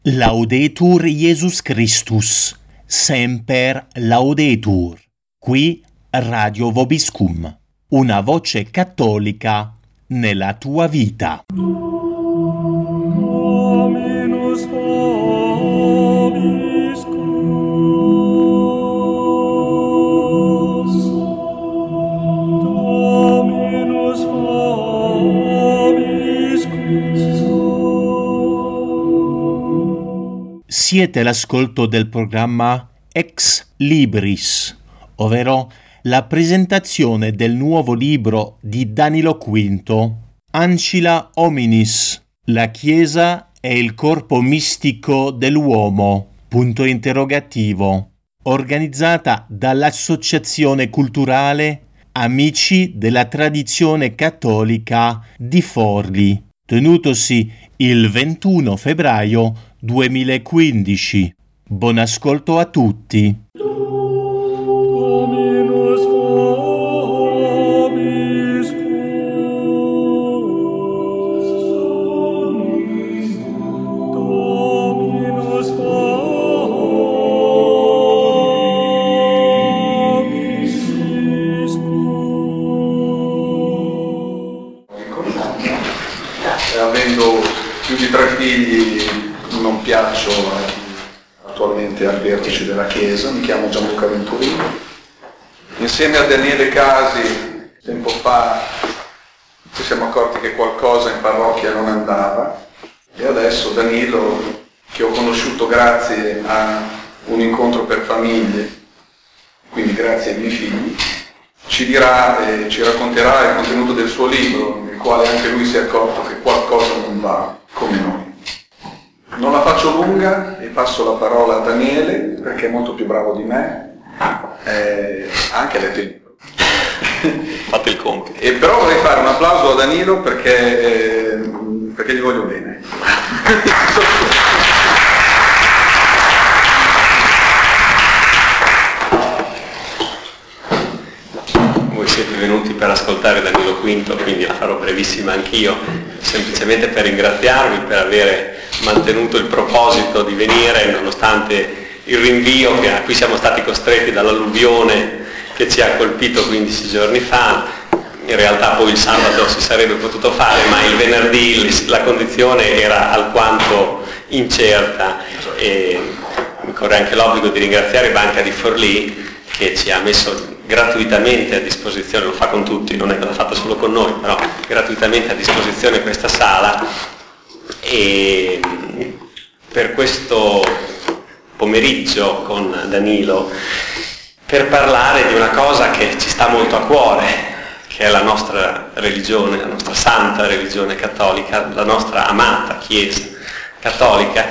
Laudetur Jesus Christus, semper laudetur. Qui Radio Vobiscum, una voce cattolica nella tua vita. Dominus vobiscus. Dominus vobiscus. Siete all'ascolto del programma Ex Libris, ovvero la presentazione del nuovo libro di Danilo V, Ancilla Hominis, la Chiesa e il corpo mistico dell'uomo, punto interrogativo, organizzata dall'Associazione Culturale Amici della Tradizione Cattolica di Forli, tenutosi il 21 febbraio 2015. Buon ascolto a tutti. Dominus vobiscus. Dominus vobiscus. Avendo più di 3 figli non piaccio attualmente al vertice della Chiesa, mi chiamo Gianluca Venturino. Insieme a Daniele Casi, tempo fa, ci siamo accorti che qualcosa in parrocchia non andava e adesso Danilo, che ho conosciuto grazie a un incontro per famiglie, quindi grazie ai miei figli, ci dirà e ci racconterà il contenuto del suo libro, nel quale anche lui si è accorto che qualcosa non va, come noi. Non la faccio lunga e passo la parola a Daniele, perché è molto più bravo di me, ha anche letto il libro. Fate il compito. E però vorrei fare un applauso a Danilo perché gli voglio bene. Voi siete venuti per ascoltare Danilo V, quindi la farò brevissima anch'io, semplicemente per ringraziarvi per avere mantenuto il proposito di venire nonostante il rinvio a cui siamo stati costretti dall'alluvione che ci ha colpito 15 giorni fa. In realtà poi il sabato si sarebbe potuto fare, ma il venerdì la condizione era alquanto incerta e mi corre anche l'obbligo di ringraziare Banca di Forlì che ci ha messo gratuitamente a disposizione, lo fa con tutti, non è che l'ha fatto solo con noi, però gratuitamente a disposizione questa sala, e per questo pomeriggio con Danilo per parlare di una cosa che ci sta molto a cuore, che è la nostra religione, la nostra santa religione cattolica, la nostra amata Chiesa cattolica,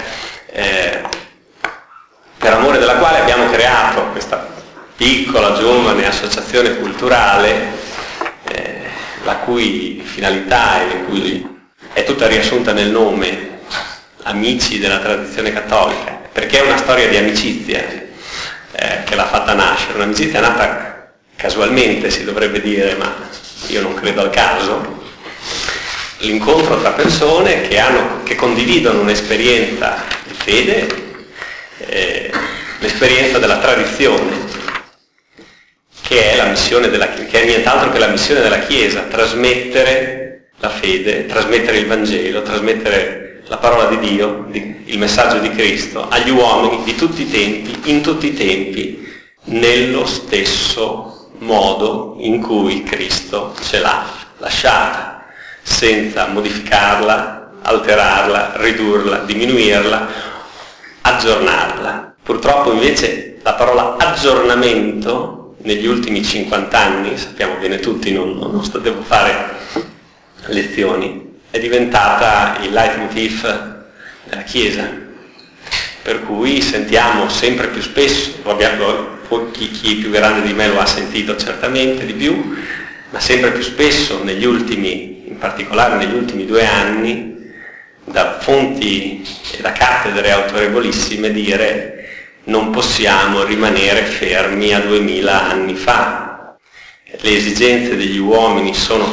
per amore della quale abbiamo creato questa piccola, giovane associazione culturale, la cui finalità e cui è tutta riassunta nel nome, Amici della Tradizione Cattolica, perché è una storia di amicizia che l'ha fatta nascere, un'amicizia nata casualmente, si dovrebbe dire, ma io non credo al caso, l'incontro tra persone che condividono un'esperienza di fede, l'esperienza della tradizione, che è la missione che è nient'altro che la missione della Chiesa, trasmettere la fede, trasmettere il Vangelo, trasmettere la parola di Dio, il messaggio di Cristo agli uomini di tutti i tempi, in tutti i tempi, nello stesso modo in cui Cristo ce l'ha lasciata, senza modificarla, alterarla, ridurla, diminuirla, aggiornarla. Purtroppo invece la parola aggiornamento negli ultimi 50 anni, sappiamo bene tutti, non devo fare lezioni, è diventata il leitmotiv della Chiesa, per cui sentiamo sempre più spesso, chi più grande di me lo ha sentito certamente di più, ma sempre più spesso in particolare negli ultimi 2 anni, da fonti e da cattedre autorevolissime dire: non possiamo rimanere fermi a 2000 anni fa, le esigenze degli uomini sono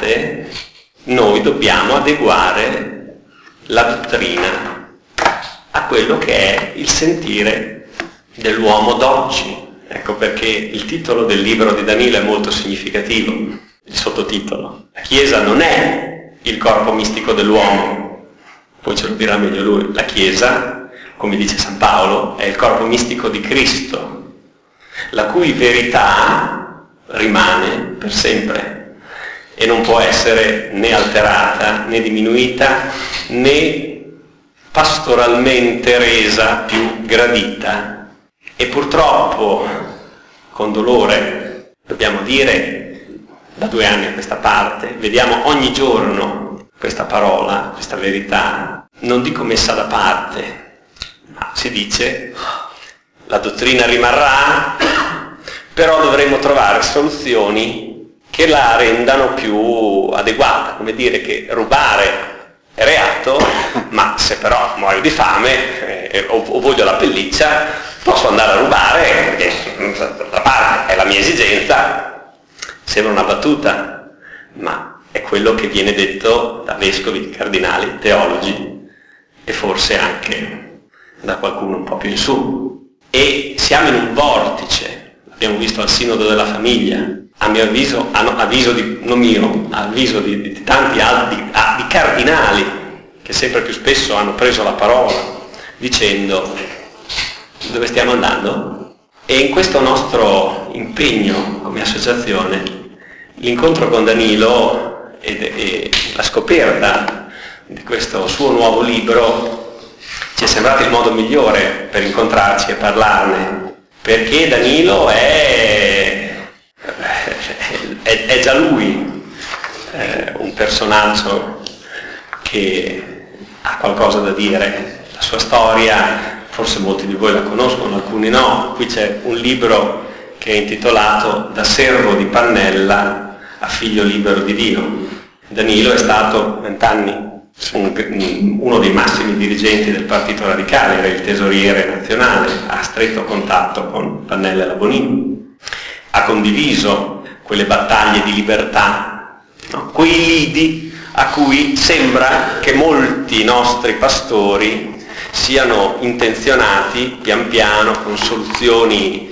cambiate, noi dobbiamo adeguare la dottrina a quello che è il sentire dell'uomo d'oggi. Ecco perché il titolo del libro di Danilo è molto significativo, il sottotitolo. La Chiesa non è il corpo mistico dell'uomo, poi ce lo dirà meglio lui. La Chiesa, come dice San Paolo, è il corpo mistico di Cristo, la cui verità rimane per sempre e non può essere né alterata, né diminuita, né pastoralmente resa più gradita. E purtroppo, con dolore, dobbiamo dire, da 2 anni a questa parte, vediamo ogni giorno questa parola, questa verità, non dico messa da parte, ma si dice la dottrina rimarrà, però dovremo trovare soluzioni che la rendano più adeguata, come dire che rubare è reato, ma se però muoio di fame o voglio la pelliccia, posso andare a rubare perché d'altra parte è la mia esigenza. Sembra una battuta, ma è quello che viene detto da vescovi, cardinali, teologi e forse anche da qualcuno un po' più in su. E siamo in un vortice, l'abbiamo visto al Sinodo della Famiglia, a mio avviso, non mio, a avviso di tanti altri di cardinali che sempre più spesso hanno preso la parola dicendo: dove stiamo andando? E in questo nostro impegno come associazione, l'incontro con Danilo e la scoperta di questo suo nuovo libro ci è sembrato il modo migliore per incontrarci e parlarne, perché Danilo è già lui un personaggio che ha qualcosa da dire. La sua storia, forse molti di voi la conoscono, alcuni no. Qui c'è un libro che è intitolato Da servo di Pannella a figlio libero di Dio. Danilo è stato 20 anni uno dei massimi dirigenti del Partito Radicale, era il tesoriere nazionale, ha stretto contatto con Pannella e la Bonino, ha condiviso quelle battaglie di libertà, no? Quei lidi a cui sembra che molti nostri pastori siano intenzionati pian piano con soluzioni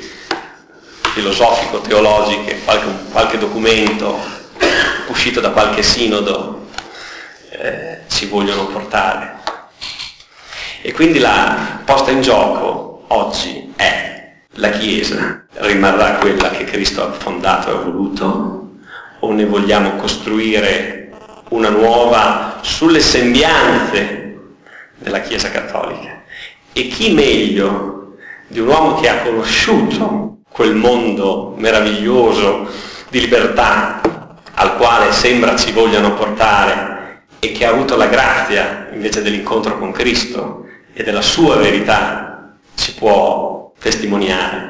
filosofico-teologiche, qualche documento uscito da qualche sinodo ci vogliono portare. E quindi la posta in gioco oggi è: la Chiesa rimarrà quella che Cristo ha fondato e ha voluto, o ne vogliamo costruire una nuova sulle sembianze della Chiesa cattolica? E chi meglio di un uomo che ha conosciuto quel mondo meraviglioso di libertà al quale sembra ci vogliano portare e che ha avuto la grazia invece dell'incontro con Cristo e della sua verità ci può testimoniare.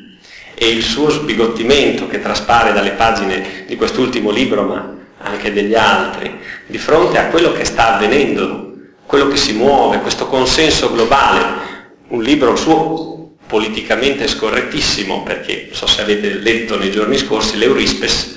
E il suo sbigottimento che traspare dalle pagine di quest'ultimo libro, ma anche degli altri, di fronte a quello che sta avvenendo, quello che si muove, questo consenso globale. Un libro suo politicamente scorrettissimo, perché non so se avete letto nei giorni scorsi, l'Eurispes,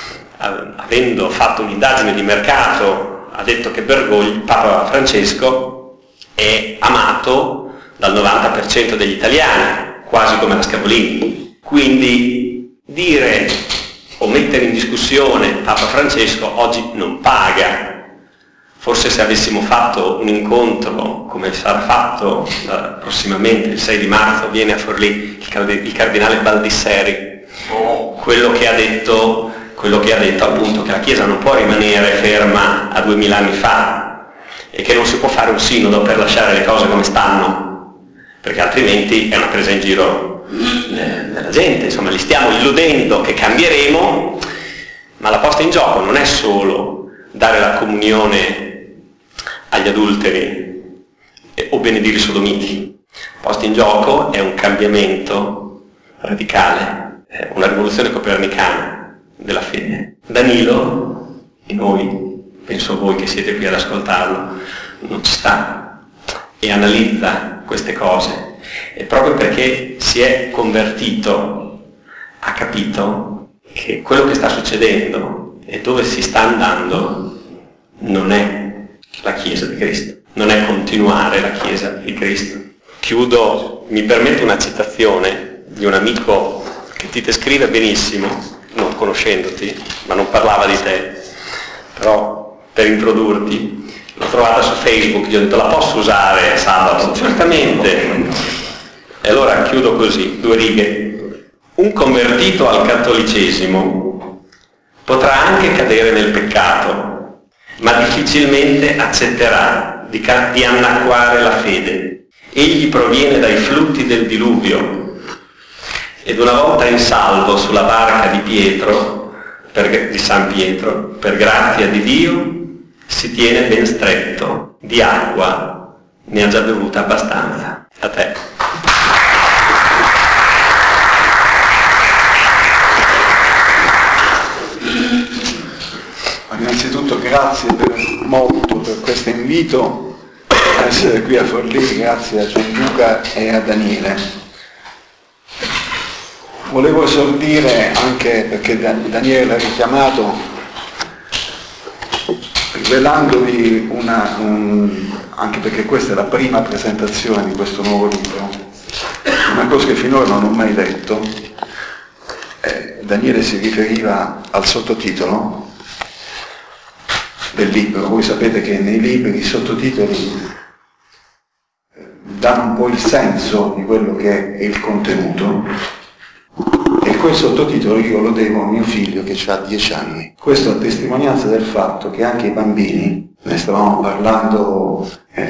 avendo fatto un'indagine di mercato, ha detto che Bergoglio, Papa Francesco, è amato dal 90% degli italiani, quasi come la Scavolini. Quindi dire o mettere in discussione Papa Francesco oggi non paga. Forse se avessimo fatto un incontro, come sarà fatto prossimamente, il 6 di marzo, viene a Forlì il cardinale Baldisseri, quello che ha detto appunto che la Chiesa non può rimanere ferma a 2000 anni fa e che non si può fare un sinodo per lasciare le cose come stanno, perché altrimenti è una presa in giro della gente. Insomma, li stiamo illudendo che cambieremo, ma la posta in gioco non è solo dare la comunione agli adulteri o benedire i sodomiti. La posta in gioco è un cambiamento radicale, è una rivoluzione copernicana della fede. Danilo, e noi, penso voi che siete qui ad ascoltarlo, non ci sta e analizza queste cose, e proprio perché si è convertito ha capito che quello che sta succedendo e dove si sta andando non è la Chiesa di Cristo. non è continuare la Chiesa di Cristo. Chiudo, mi permetto una citazione di un amico che ti descrive benissimo, non conoscendoti, ma non parlava di te, però per introdurti, l'ho trovata su Facebook, gli ho detto: la posso usare sabato? Certamente. E allora chiudo così, 2 righe. Un convertito al cattolicesimo potrà anche cadere nel peccato, ma difficilmente accetterà di annacquare la fede. Egli proviene dai flutti del diluvio ed una volta in salvo sulla barca di di San Pietro, per grazia di Dio, si tiene ben stretto, di acqua ne ha già bevuta abbastanza. A te. Innanzitutto grazie molto per questo invito a essere qui a Forlì, grazie a Gianluca e a Daniele. Volevo esordire, anche perché Daniele l'ha richiamato, rivelandovi anche perché questa è la prima presentazione di questo nuovo libro, una cosa che finora non ho mai detto. Daniele si riferiva al sottotitolo del libro. Voi sapete che nei libri i sottotitoli danno un po' il senso di quello che è il contenuto, e quel sottotitolo io lo devo a mio figlio che ha 10 anni. Questo a testimonianza del fatto che anche i bambini, ne stavamo parlando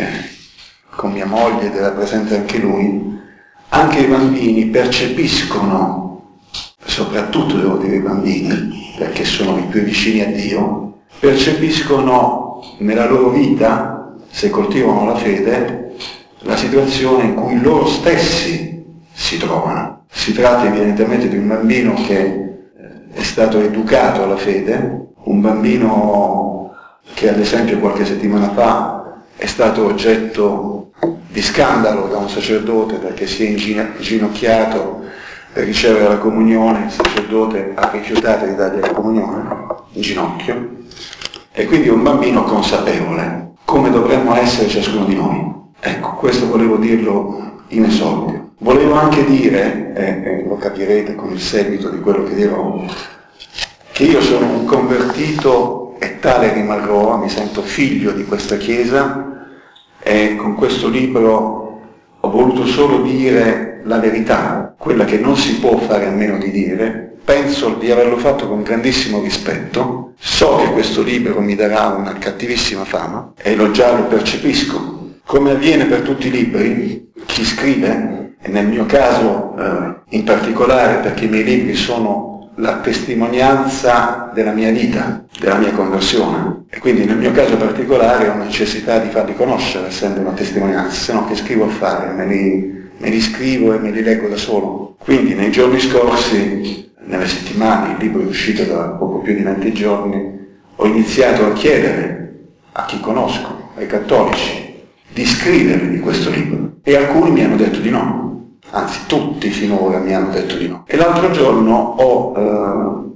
con mia moglie ed era presente anche lui, anche i bambini percepiscono, soprattutto devo dire i bambini, perché sono i più vicini a Dio, percepiscono nella loro vita, se coltivano la fede, la situazione in cui loro stessi si trovano. Si tratta evidentemente di un bambino che è stato educato alla fede, un bambino che ad esempio qualche settimana fa è stato oggetto di scandalo da un sacerdote perché si è inginocchiato per ricevere la comunione. Il sacerdote ha rifiutato di dargli la comunione in ginocchio, e quindi è un bambino consapevole, come dovremmo essere ciascuno di noi. Ecco, questo volevo dirlo in esordio. Volevo anche dire, e lo capirete con il seguito di quello che dirò, che io sono un convertito e tale rimarrò, mi sento figlio di questa Chiesa, e con questo libro ho voluto solo dire la verità, quella che non si può fare a meno di dire. Penso di averlo fatto con grandissimo rispetto, so che questo libro mi darà una cattivissima fama e lo percepisco. Come avviene per tutti i libri, chi scrive, e nel mio caso in particolare perché i miei libri sono la testimonianza della mia vita, della mia conversione, e quindi nel mio caso particolare ho necessità di farli conoscere, essendo una testimonianza, se no che scrivo a fare? Me li scrivo e me li leggo da solo. Quindi nei giorni scorsi, nelle settimane, il libro è uscito da poco più di 20 giorni, ho iniziato a chiedere a chi conosco, ai cattolici, di scrivere di questo libro, e alcuni mi hanno detto di no, anzi tutti finora mi hanno detto di no. E l'altro giorno ho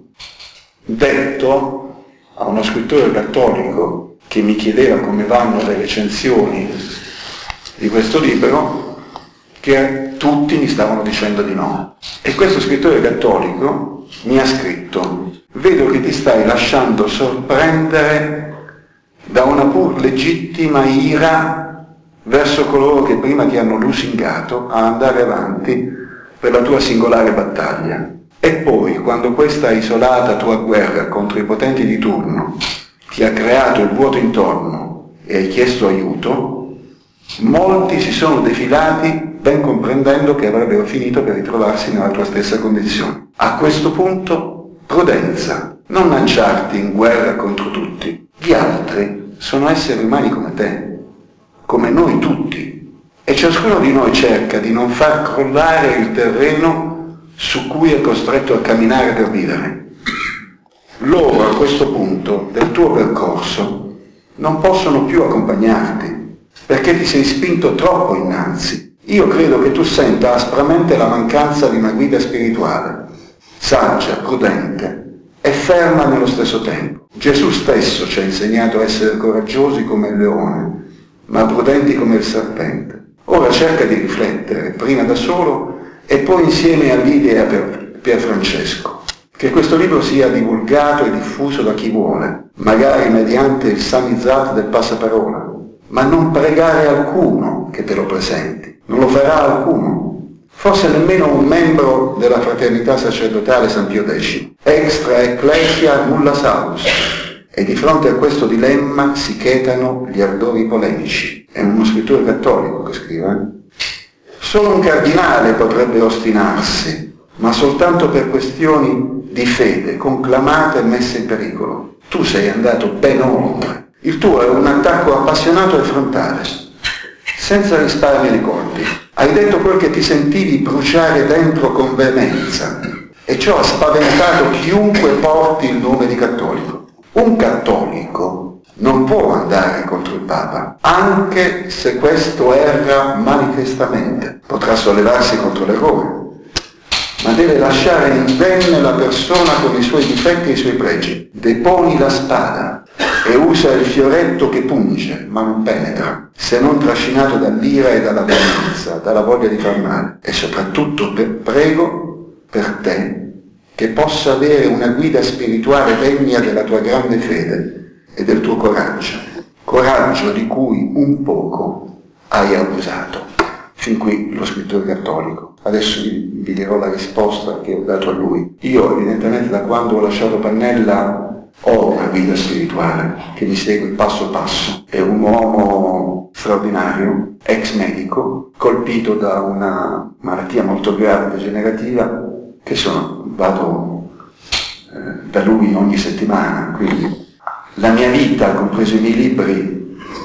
detto a uno scrittore cattolico che mi chiedeva come vanno le recensioni di questo libro, che tutti mi stavano dicendo di no. E questo scrittore cattolico mi ha scritto: vedo che ti stai lasciando sorprendere da una pur legittima ira verso coloro che prima ti hanno lusingato a andare avanti per la tua singolare battaglia. E poi, quando questa isolata tua guerra contro i potenti di turno ti ha creato il vuoto intorno e hai chiesto aiuto, molti si sono defilati ben comprendendo che avrebbero finito per ritrovarsi nella tua stessa condizione. A questo punto, prudenza, non lanciarti in guerra contro tutti. Gli altri sono esseri umani come te, come noi tutti, e ciascuno di noi cerca di non far crollare il terreno su cui è costretto a camminare per vivere. Loro a questo punto del tuo percorso non possono più accompagnarti, perché ti sei spinto troppo innanzi. Io credo che tu senta aspramente la mancanza di una guida spirituale, saggia, prudente e ferma nello stesso tempo. Gesù stesso ci ha insegnato a essere coraggiosi come il leone, ma prudenti come il serpente. Ora cerca di riflettere, prima da solo e poi insieme a Lidia e a Pier Francesco. Che questo libro sia divulgato e diffuso da chi vuole, magari mediante il samizzato del passaparola, ma non pregare alcuno che te lo presenti. Non lo farà alcuno. Forse nemmeno un membro della fraternità sacerdotale San Pio X. Extra ecclesia nulla salus. E di fronte a questo dilemma si chetano gli ardori polemici. È uno scrittore cattolico che scrive. Solo un cardinale potrebbe ostinarsi, ma soltanto per questioni di fede, conclamate e messe in pericolo. Tu sei andato ben oltre. Il tuo è un attacco appassionato e frontale, senza risparmi di colpi. Hai detto quel che ti sentivi bruciare dentro con veemenza, e ciò ha spaventato chiunque porti il nome di cattolico. Un cattolico non può andare contro il Papa, anche se questo erra manifestamente. Potrà sollevarsi contro l'errore, ma deve lasciare indenne la persona con i suoi difetti e i suoi pregi. Deponi la spada e usa il fioretto che punge, ma non penetra, se non trascinato dall'ira e dalla violenza, dalla voglia di far male. E soprattutto prego per te che possa avere una guida spirituale degna della tua grande fede e del tuo coraggio di cui un poco hai abusato. Fin qui lo scrittore cattolico. Adesso vi dirò la risposta che ho dato a lui. Io evidentemente da quando ho lasciato Pannella ho una guida spirituale che mi segue passo passo. È un uomo straordinario, ex medico, colpito da una malattia molto grave degenerativa, che vado da lui ogni settimana, quindi la mia vita, compreso i miei libri,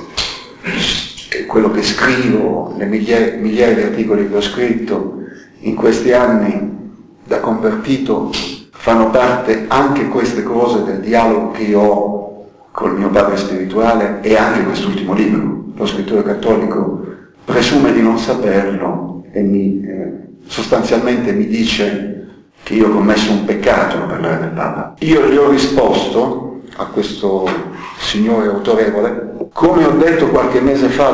quello che scrivo, le migliaia di articoli che ho scritto in questi anni da convertito, fanno parte anche queste cose del dialogo che io ho col mio padre spirituale e anche quest'ultimo libro. Lo scrittore cattolico presume di non saperlo e sostanzialmente mi dice che io ho commesso un peccato a parlare del Papa. Io gli ho risposto a questo signore autorevole, come ha detto qualche mese fa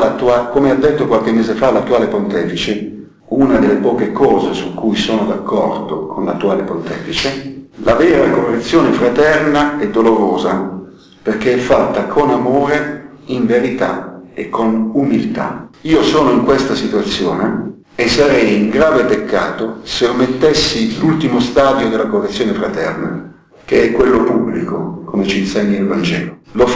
l'attuale pontefice, una delle poche cose su cui sono d'accordo con l'attuale pontefice: la vera correzione fraterna è dolorosa perché è fatta con amore, in verità e con umiltà. Io sono in questa situazione e sarei in grave peccato se omettessi l'ultimo stadio della correzione fraterna, che è quello pubblico, come ci insegna il Vangelo. Lo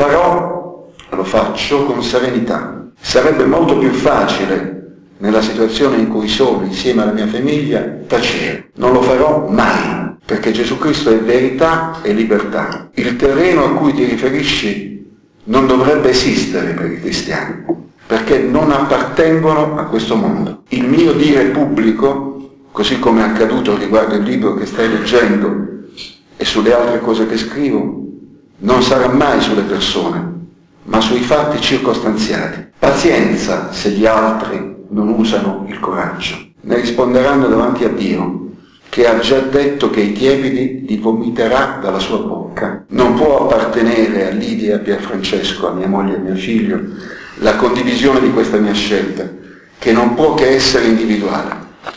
faccio con serenità. Sarebbe molto più facile, nella situazione in cui sono insieme alla mia famiglia, tacere. Non lo farò mai, perché Gesù Cristo è verità e libertà. Il terreno a cui ti riferisci non dovrebbe esistere per i cristiani, perché non appartengono a questo mondo. Il mio dire pubblico, così come è accaduto riguardo il libro che stai leggendo e sulle altre cose che scrivo, non sarà mai sulle persone, ma sui fatti circostanziati. Pazienza se gli altri non usano il coraggio. Ne risponderanno davanti a Dio, che ha già detto che i tiepidi li vomiterà dalla sua bocca. Non può appartenere a Lidia e a Pier Francesco, a mia moglie e a mio figlio, la condivisione di questa mia scelta, che non può che essere individuale.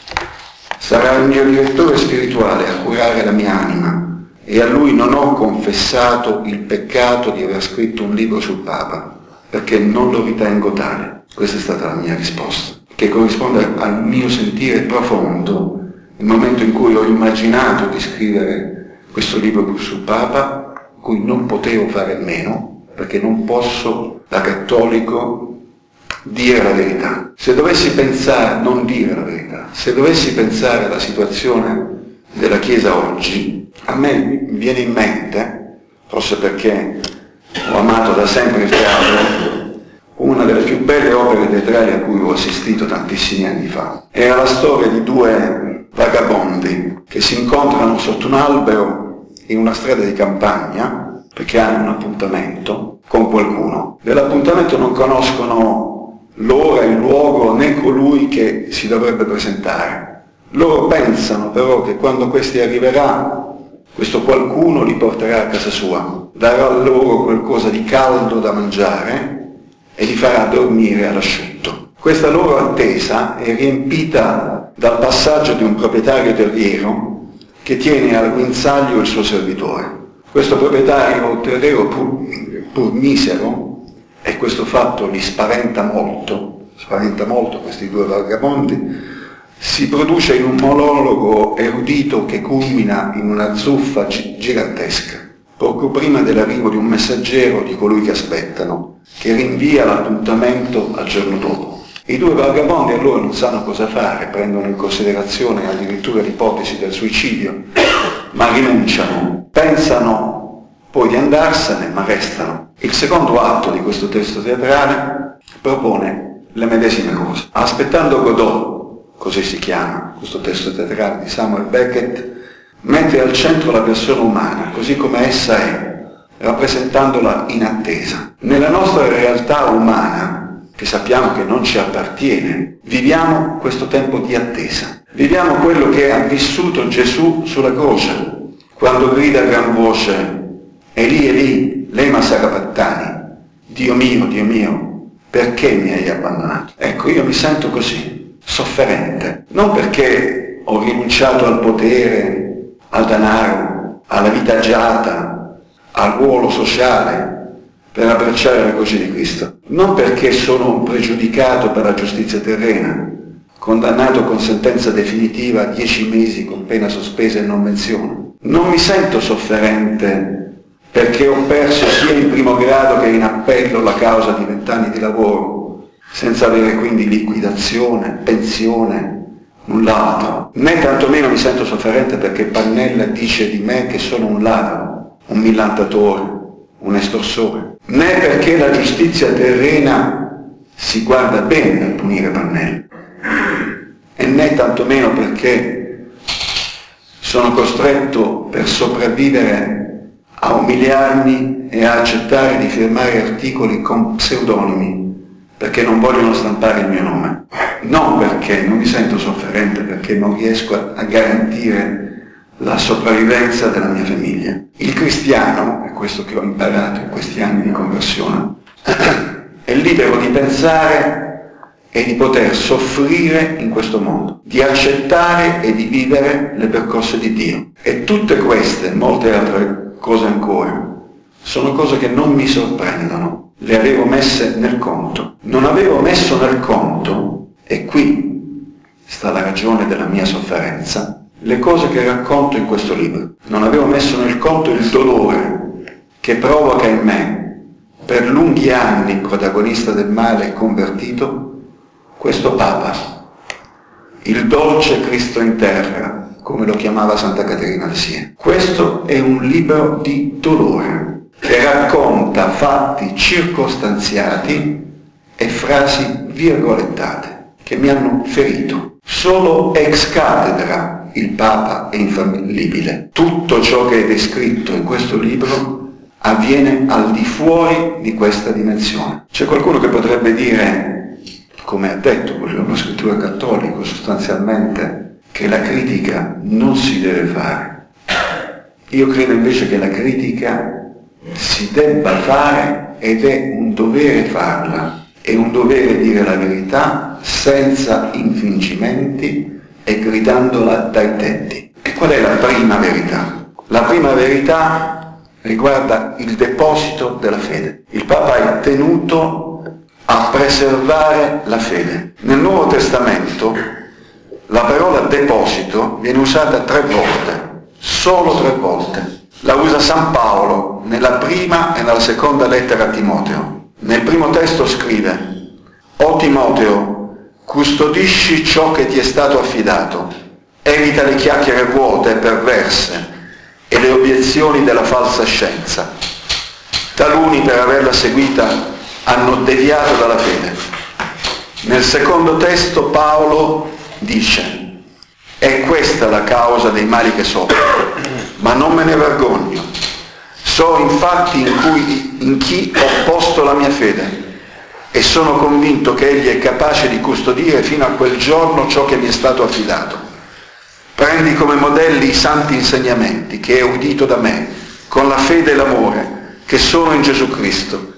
Sarà il mio direttore spirituale a curare la mia anima, e a lui non ho confessato il peccato di aver scritto un libro sul Papa, perché non lo ritengo tale. Questa è stata la mia risposta, che corrisponde al mio sentire profondo nel momento in cui ho immaginato di scrivere questo libro sul Papa, cui non potevo fare a meno, perché non posso, da cattolico, dire la verità. Se dovessi pensare, non dire la verità, se dovessi pensare alla situazione della Chiesa oggi, a me viene in mente, forse perché ho amato da sempre il teatro, una delle più belle opere teatrali a cui ho assistito tantissimi anni fa. Era la storia di due vagabondi che si incontrano sotto un albero in una strada di campagna perché hanno un appuntamento con qualcuno. Dell'appuntamento non conoscono l'ora, il luogo né colui che si dovrebbe presentare. Loro pensano però che quando questi arriverà, questo qualcuno li porterà a casa sua, darà loro qualcosa di caldo da mangiare e li farà dormire all'asciutto. Questa loro attesa è riempita dal passaggio di un proprietario terriero che tiene al guinzaglio il suo servitore. Questo proprietario terriero pur misero, e questo fatto li spaventa molto questi due vagabondi, si produce in un monologo erudito che culmina in una zuffa gigantesca, poco prima dell'arrivo di un messaggero di colui che aspettano, che rinvia l'appuntamento al giorno dopo. I due vagabondi allora non sanno cosa fare, prendono in considerazione addirittura l'ipotesi del suicidio, ma rinunciano, pensano poi di andarsene, ma restano. Il secondo atto di questo testo teatrale propone le medesime cose. Aspettando Godot, così si chiama questo testo teatrale di Samuel Beckett, mette al centro la persona umana, così come essa è, rappresentandola in attesa. Nella nostra realtà umana, che sappiamo che non ci appartiene, viviamo questo tempo di attesa. Viviamo quello che ha vissuto Gesù sulla croce, quando grida a gran voce: Eli, lema sabachthani, Dio mio, perché mi hai abbandonato? Ecco, io mi sento così, sofferente, non perché ho rinunciato al potere, al denaro, alla vita agiata, al ruolo sociale, per abbracciare la croce di Cristo, non perché sono un pregiudicato per la giustizia terrena, condannato con sentenza definitiva a 10 mesi con pena sospesa e non menzione. Non mi sento sofferente perché ho perso sia in primo grado che in appello la causa di 20 anni di lavoro, senza avere quindi liquidazione, pensione, null'altro. Né tantomeno mi sento sofferente perché Pannella dice di me che sono un ladro, un millantatore, un estorsore, né perché la giustizia terrena si guarda bene nel punire Pannella, e né tantomeno perché sono costretto per sopravvivere a umiliarmi e a accettare di firmare articoli con pseudonimi perché non vogliono stampare il mio nome. Non perché non mi sento sofferente, perché non riesco a garantire la sopravvivenza della mia famiglia. Il cristiano, è questo che ho imparato in questi anni di conversione, è libero di pensare e di poter soffrire in questo mondo, di accettare e di vivere le percosse di Dio. E tutte queste, molte altre cose ancora, sono cose che non mi sorprendono, le avevo messe nel conto. Non avevo messo nel conto, e qui sta la ragione della mia sofferenza, le cose che racconto in questo libro. Non avevo messo nel conto il dolore che provoca in me, per lunghi anni protagonista del male e convertito, questo Papa, il dolce Cristo in terra, come lo chiamava Santa Caterina di Siena. Questo è un libro di dolore che racconta fatti circostanziati e frasi virgolettate che mi hanno ferito. Solo ex cattedra il Papa è infallibile. Tutto ciò che è descritto in questo libro avviene al di fuori di questa dimensione. C'è qualcuno che potrebbe dire, come ha detto lo scrittore cattolico sostanzialmente, che la critica non si deve fare. Io credo invece che la critica si debba fare ed è un dovere farla, è un dovere dire la verità senza infingimenti e gridandola dai tetti. E qual è la prima verità? La prima verità riguarda il deposito della fede. Il Papa è tenuto a preservare la fede. Nel Nuovo Testamento la parola deposito viene usata 3 volte, solo 3 volte. La usa San Paolo nella prima e nella seconda lettera a Timoteo. Nel primo testo scrive: «O Timoteo, custodisci ciò che ti è stato affidato, evita le chiacchiere vuote e perverse e le obiezioni della falsa scienza. Taluni, per averla seguita, hanno deviato dalla fede». Nel secondo testo Paolo dice: «È questa la causa dei mali che soffro, ma non me ne vergogno. So infatti in chi ho posto la mia fede e sono convinto che egli è capace di custodire fino a quel giorno ciò che mi è stato affidato. Prendi come modelli i santi insegnamenti che hai udito da me, con la fede e l'amore che sono in Gesù Cristo.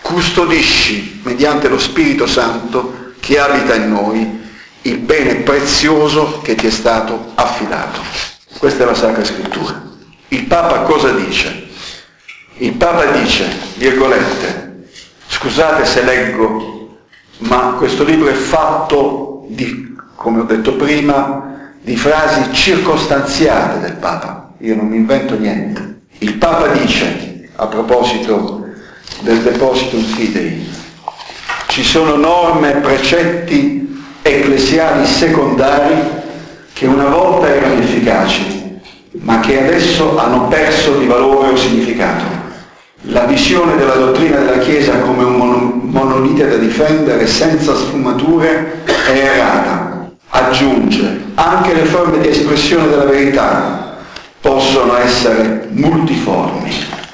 custodisci mediante lo Spirito Santo che abita in noi il bene prezioso che ti è stato affidato. Questa è la Sacra Scrittura. Il Papa cosa dice? Il Papa dice, virgolette, scusate se leggo, ma questo libro è fatto di, come ho detto prima, di frasi circostanziate del Papa. Io non mi invento niente. Il Papa dice, a proposito del Depositum Fidei, ci sono norme, precetti ecclesiali secondari che una volta erano efficaci, ma che adesso hanno perso di valore o significato. La visione della dottrina della Chiesa come un monolite da difendere senza sfumature è errata. Aggiunge, anche le forme di espressione della verità possono essere multiformi.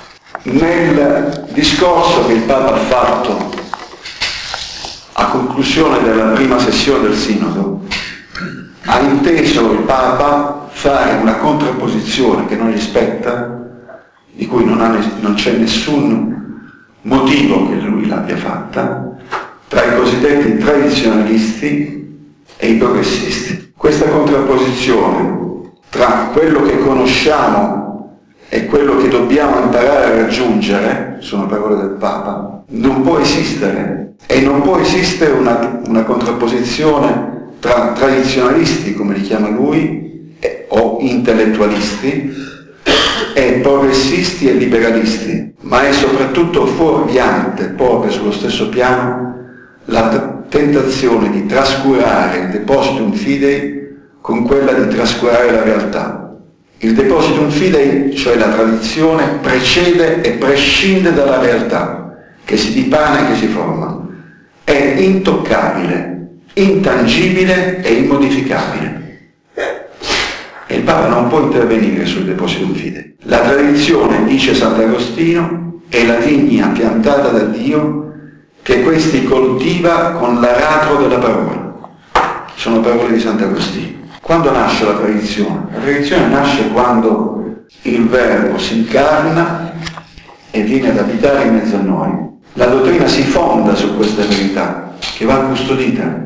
Nel discorso che il Papa ha fatto a conclusione della prima sessione del Sinodo, ha inteso il Papa fare una contrapposizione che non gli spetta, di cui non c'è nessun motivo che lui l'abbia fatta, tra i cosiddetti tradizionalisti e i progressisti. Questa contrapposizione tra quello che conosciamo e quello che dobbiamo imparare a raggiungere, sono parole del Papa, non può esistere, e non può esistere una contrapposizione tra tradizionalisti, come li chiama lui, o intellettualisti, e progressisti e liberalisti, ma è soprattutto fuorviante porre sullo stesso piano la tentazione di trascurare il Depositum Fidei con quella di trascurare la realtà. Il Depositum Fidei, cioè la tradizione, precede e prescinde dalla realtà, che si dipana e che si forma. È intoccabile, intangibile e immodificabile. E il Papa non può intervenire sul Depositum Fidei. La tradizione, dice Sant'Agostino, è la vigna piantata da Dio che questi coltiva con l'aratro della parola. Sono parole di Sant'Agostino. Quando nasce la tradizione? La tradizione nasce quando il Verbo si incarna e viene ad abitare in mezzo a noi. La dottrina si fonda su questa verità, che va custodita.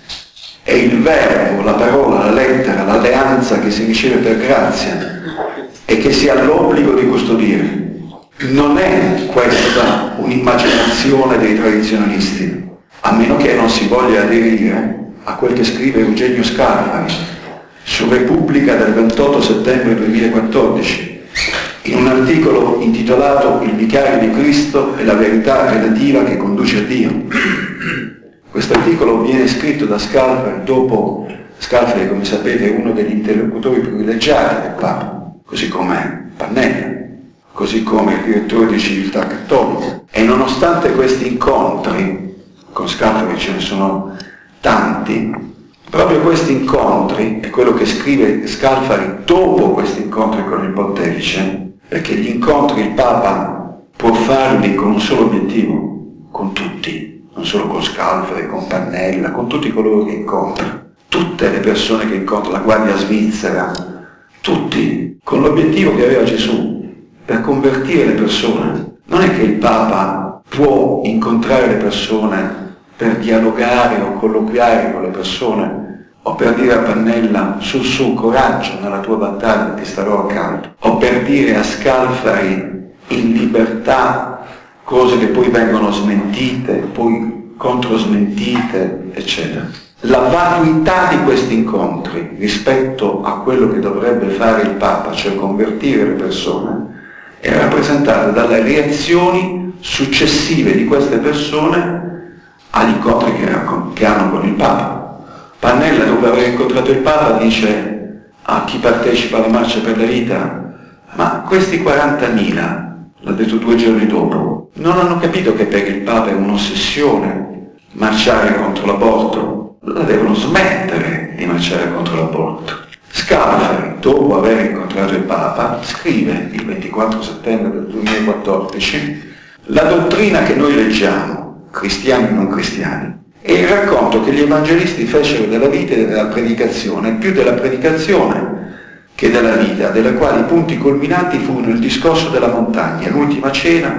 È il Verbo, la parola, la lettera, l'alleanza che si riceve per grazia e che si ha l'obbligo di custodire. Non è questa un'immaginazione dei tradizionalisti, a meno che non si voglia aderire a quel che scrive Eugenio Scalfari su Repubblica del 28 settembre 2014, in un articolo intitolato Il vicario di Cristo e la verità relativa che conduce a Dio. Questo articolo viene scritto da Scalfari dopo, Scalfari, come sapete, è uno degli interlocutori privilegiati del Papa, così come Pannella, così come il direttore di Civiltà Cattolica. E nonostante questi incontri, con Scalfari ce ne sono tanti, proprio questi incontri, è quello che scrive Scalfari dopo questi incontri con il Pontefice, perché gli incontri il Papa può farli con un solo obiettivo, con tutti, non solo con Scalfari, con Pannella, con tutti coloro che incontra, tutte le persone che incontra, la Guardia Svizzera, tutti, con l'obiettivo che aveva Gesù, per convertire le persone. Non è che il Papa può incontrare le persone per dialogare o colloquiare con le persone, o per dire a Pannella su coraggio nella tua battaglia ti starò accanto, o per dire a Scalfari in libertà cose che poi vengono smentite, poi controsmentite, eccetera. La vacuità di questi incontri rispetto a quello che dovrebbe fare il Papa, cioè convertire le persone, è rappresentata dalle reazioni successive di queste persone agli incontri che hanno con il Papa. Pannella, dopo aver incontrato il Papa, dice a chi partecipa alla Marcia per la Vita: ma questi 40.000, l'ha detto 2 giorni dopo, non hanno capito che per il Papa è un'ossessione marciare contro l'aborto, la devono smettere di marciare contro l'aborto. Scalfari, dopo aver incontrato il Papa, scrive il 24 settembre del 2014 la dottrina che noi leggiamo, cristiani e non cristiani, e il racconto che gli evangelisti fecero della vita e della predicazione, più della predicazione che della vita, della quale i punti culminanti furono il discorso della montagna, l'ultima cena,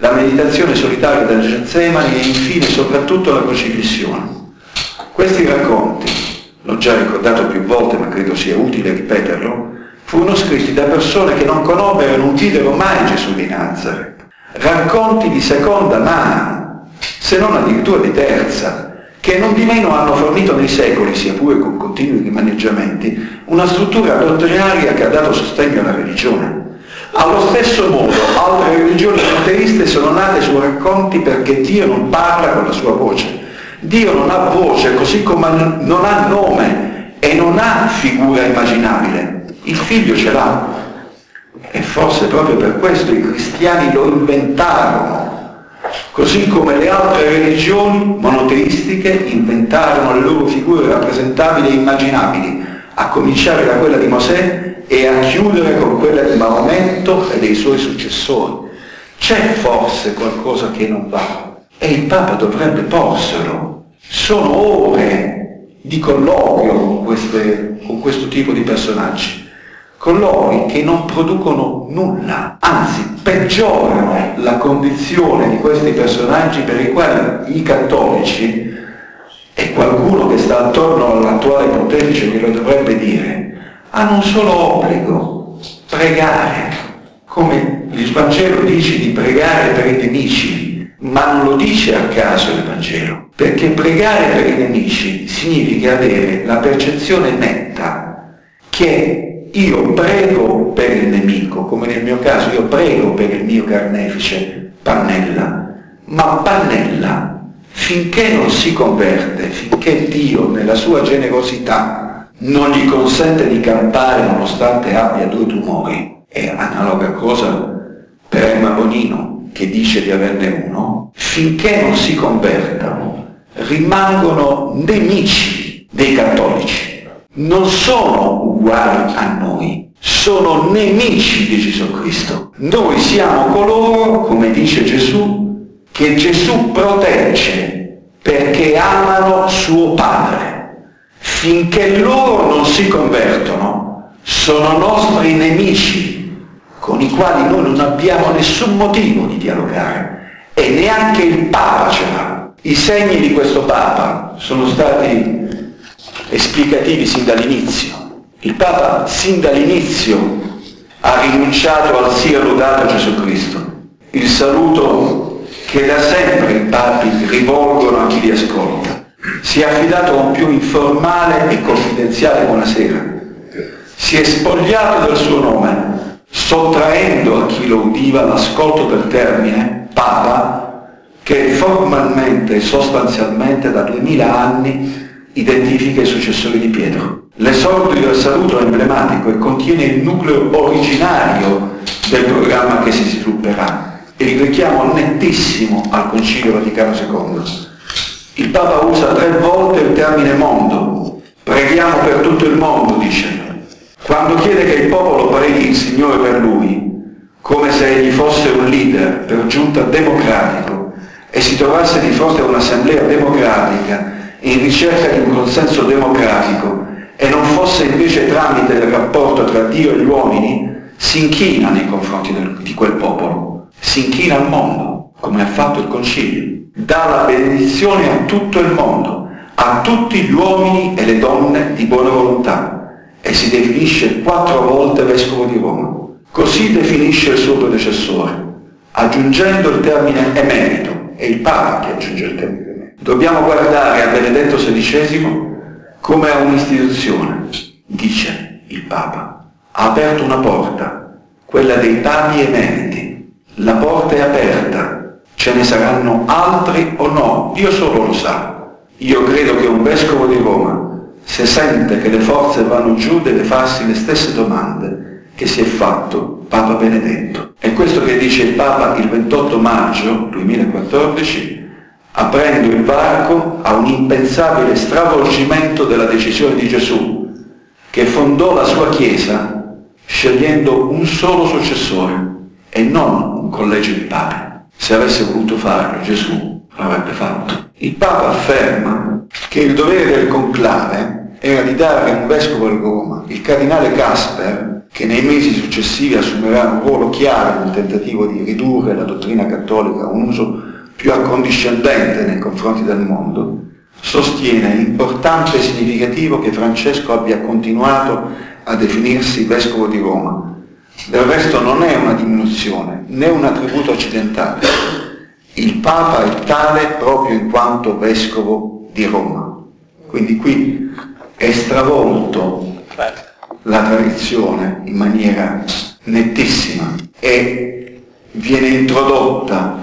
la meditazione solitaria del Getsemani e infine soprattutto la crocifissione. Questi racconti, l'ho già ricordato più volte ma credo sia utile ripeterlo, furono scritti da persone che non conobbero e non videro mai Gesù di Nazareth. Racconti di seconda mano, se non addirittura di terza, che non di meno hanno fornito nei secoli, sia pure con continui rimaneggiamenti, una struttura dottrinaria che ha dato sostegno alla religione. Allo stesso modo, altre religioni monoteiste sono nate su racconti perché Dio non parla con la sua voce. Dio non ha voce, così come non ha nome e non ha figura immaginabile. Il figlio ce l'ha. E forse proprio per questo i cristiani lo inventarono. Così come le altre religioni monoteistiche inventarono le loro figure rappresentabili e immaginabili, a cominciare da quella di Mosè e a chiudere con quella di Maometto e dei suoi successori. C'è forse qualcosa che non va? E il Papa dovrebbe porselo. Sono ore di colloquio con questo tipo di personaggi. Colloqui che non producono nulla, anzi peggiorano la condizione di questi personaggi per i quali i cattolici e qualcuno che sta attorno all'attuale pontefice che lo dovrebbe dire, hanno un solo obbligo: pregare. Come il Vangelo dice di pregare per i nemici, ma non lo dice a caso il Vangelo, perché pregare per i nemici significa avere la percezione netta che io prego per il nemico, come nel mio caso io prego per il mio carnefice Pannella, ma Pannella, finché non si converte, finché Dio nella sua generosità non gli consente di campare nonostante abbia 2 tumori, è analoga cosa per Emma Bonino che dice di averne uno, finché non si convertano rimangono nemici dei cattolici. Non sono uguali a noi, sono nemici di Gesù Cristo. Noi siamo coloro, come dice Gesù, che Gesù protegge perché amano suo Padre. Finché loro non si convertono, sono nostri nemici, con i quali noi non abbiamo nessun motivo di dialogare, e neanche il Papa ce l'ha. I segni di questo Papa sono stati esplicativi sin dall'inizio. Il Papa sin dall'inizio ha rinunciato al sia lodato Gesù Cristo, il saluto che da sempre i papi rivolgono a chi li ascolta. Si è affidato a un più informale e confidenziale buonasera. Si è spogliato del suo nome, sottraendo a chi lo udiva l'ascolto del termine Papa, che formalmente e sostanzialmente da 2000 anni identifica i successori di Pietro. L'esordio del saluto è emblematico e contiene il nucleo originario del programma che si svilupperà, e il richiamo nettissimo al Concilio Vaticano II. Il Papa usa 3 volte il termine mondo. Preghiamo per tutto il mondo, dice. Quando chiede che il popolo preghi il Signore per lui, come se egli fosse un leader per giunta democratico e si trovasse di fronte a un'assemblea democratica in ricerca di un consenso democratico e non fosse invece tramite del rapporto tra Dio e gli uomini, si inchina nei confronti di quel popolo, si inchina al mondo, come ha fatto il Concilio, dà la benedizione a tutto il mondo, a tutti gli uomini e le donne di buona volontà, e si definisce 4 volte Vescovo di Roma. Così definisce il suo predecessore, aggiungendo il termine emerito, è il Papa che aggiunge il termine. Dobbiamo guardare a Benedetto XVI come a un'istituzione, dice il Papa. Ha aperto una porta, quella dei papi emeriti. La porta è aperta, ce ne saranno altri o no, Dio solo lo sa. Io credo che un vescovo di Roma, se sente che le forze vanno giù, deve farsi le stesse domande che si è fatto Papa Benedetto. È questo che dice il Papa il 28 maggio 2014, aprendo il varco a un impensabile stravolgimento della decisione di Gesù, che fondò la sua Chiesa scegliendo un solo successore e non un collegio di papi. Se avesse voluto farlo, Gesù l'avrebbe fatto. Il Papa afferma che il dovere del conclave era di dare un vescovo di Roma, il cardinale Casper, che nei mesi successivi assumerà un ruolo chiave nel tentativo di ridurre la dottrina cattolica a un uso più accondiscendente nei confronti del mondo, sostiene l'importante e significativo che Francesco abbia continuato a definirsi vescovo di Roma. Del resto non è una diminuzione né un attributo occidentale. Il Papa è tale proprio in quanto vescovo di Roma. Quindi qui è stravolto la tradizione in maniera nettissima e viene introdotta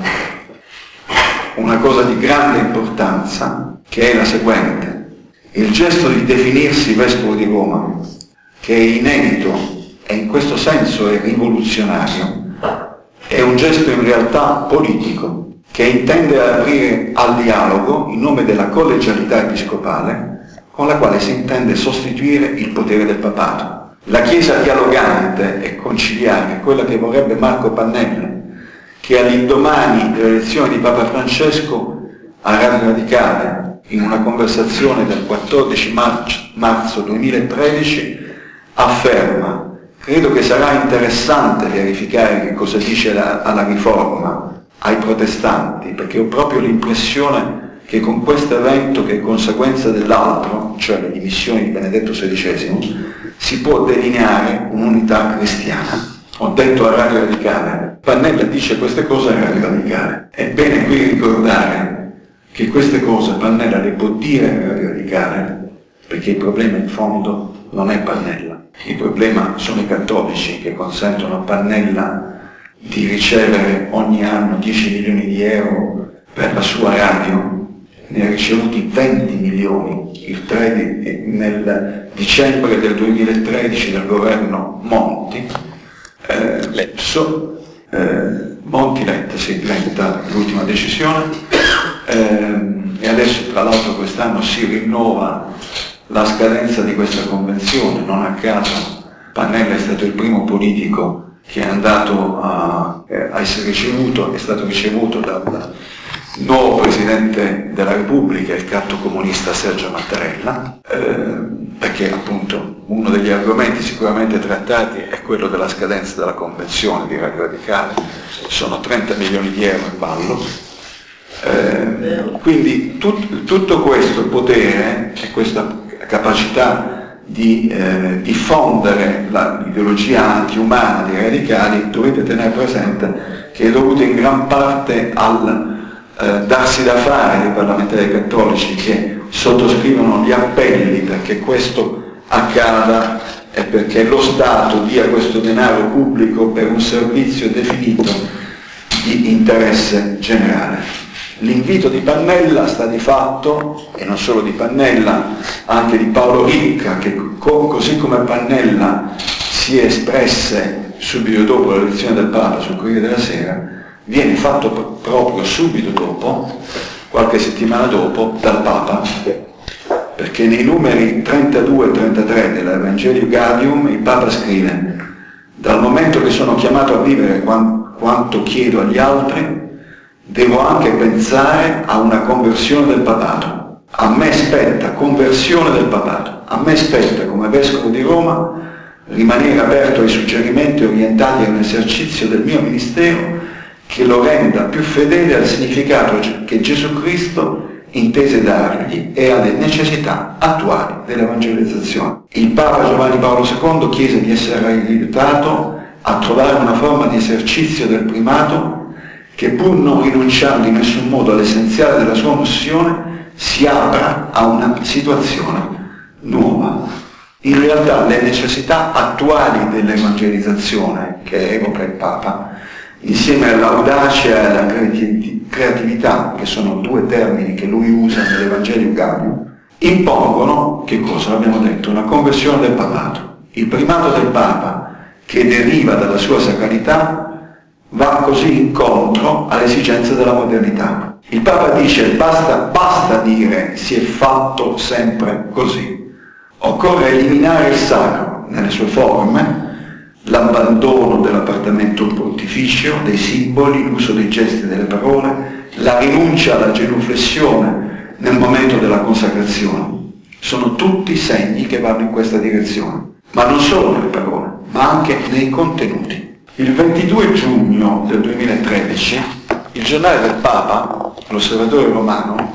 una cosa di grande importanza, che è la seguente. Il gesto di definirsi vescovo di Roma, che è inedito e in questo senso è rivoluzionario, è un gesto in realtà politico, che intende aprire al dialogo in nome della collegialità episcopale, con la quale si intende sostituire il potere del papato. La Chiesa dialogante e conciliare è quella che vorrebbe Marco Pannella, che all'indomani dell'elezione di Papa Francesco a Radio Radicale, in una conversazione del 14 marzo 2013, afferma: credo che sarà interessante verificare che cosa dice alla Riforma, ai protestanti, perché ho proprio l'impressione che con questo evento, che è conseguenza dell'altro, cioè le dimissioni di Benedetto XVI, si può delineare un'unità cristiana. Ho detto a Radio Radicale, Pannella dice queste cose a Radio Radicale. È bene qui ricordare che queste cose Pannella le può dire a Radio Radicale, perché il problema in fondo non è Pannella. Il problema sono i cattolici che consentono a Pannella di ricevere ogni anno 10 milioni di euro per la sua radio. Ne ha ricevuti 20 milioni nel dicembre del 2013 dal governo Monti. Monti-Letta, sì, diventa l'ultima decisione, e adesso tra l'altro quest'anno si rinnova la scadenza di questa convenzione. Non a caso Pannella è stato il primo politico che è andato a essere ricevuto, è stato ricevuto dal nuovo Presidente della Repubblica, il catto comunista Sergio Mattarella, perché appunto uno degli argomenti sicuramente trattati è quello della scadenza della convenzione di Radio Radicale. Sono 30 milioni di euro in ballo. Quindi tutto questo potere e questa capacità di diffondere l'ideologia antiumana dei radicali, dovete tenere presente che è dovuta in gran parte al darsi da fare dei parlamentari cattolici che sottoscrivono gli appelli perché questo accada e perché lo Stato dia questo denaro pubblico per un servizio definito di interesse generale. L'invito di Pannella sta di fatto, e non solo di Pannella, anche di Paolo Ricca, che così come Pannella si espresse subito dopo l'elezione del Papa sul Corriere della Sera, viene fatto proprio subito dopo, qualche settimana dopo, dal Papa, perché nei numeri 32 e 33 dell'Evangelium Gaudium il Papa scrive: dal momento che sono chiamato a vivere quanto chiedo agli altri, devo anche pensare a una conversione del papato. A me spetta conversione del papato, a me spetta come vescovo di Roma rimanere aperto ai suggerimenti orientati a un esercizio del mio ministero che lo renda più fedele al significato che Gesù Cristo intese dargli e alle necessità attuali dell'evangelizzazione. Il Papa Giovanni Paolo II chiese di essere aiutato a trovare una forma di esercizio del primato che, pur non rinunciando in nessun modo all'essenziale della sua missione, si apra a una situazione nuova. In realtà le necessità attuali dell'evangelizzazione che evoca il Papa, insieme all'audacia e alla creatività, che sono due termini che lui usa nell'Evangelium Gaudium, impongono, che cosa abbiamo detto? Una conversione del papato. Il primato del Papa, che deriva dalla sua sacralità, va così incontro alle esigenze della modernità. Il Papa dice: basta dire si è fatto sempre così. Occorre eliminare il sacro nelle sue forme, l'abbandono dell'appartamento pontificio, dei simboli, l'uso dei gesti e delle parole, la rinuncia alla genuflessione nel momento della consacrazione. Sono tutti segni che vanno in questa direzione. Ma non solo le parole, ma ma anche nei contenuti. Il 22 giugno del 2013 il giornale del Papa, l'Osservatore Romano,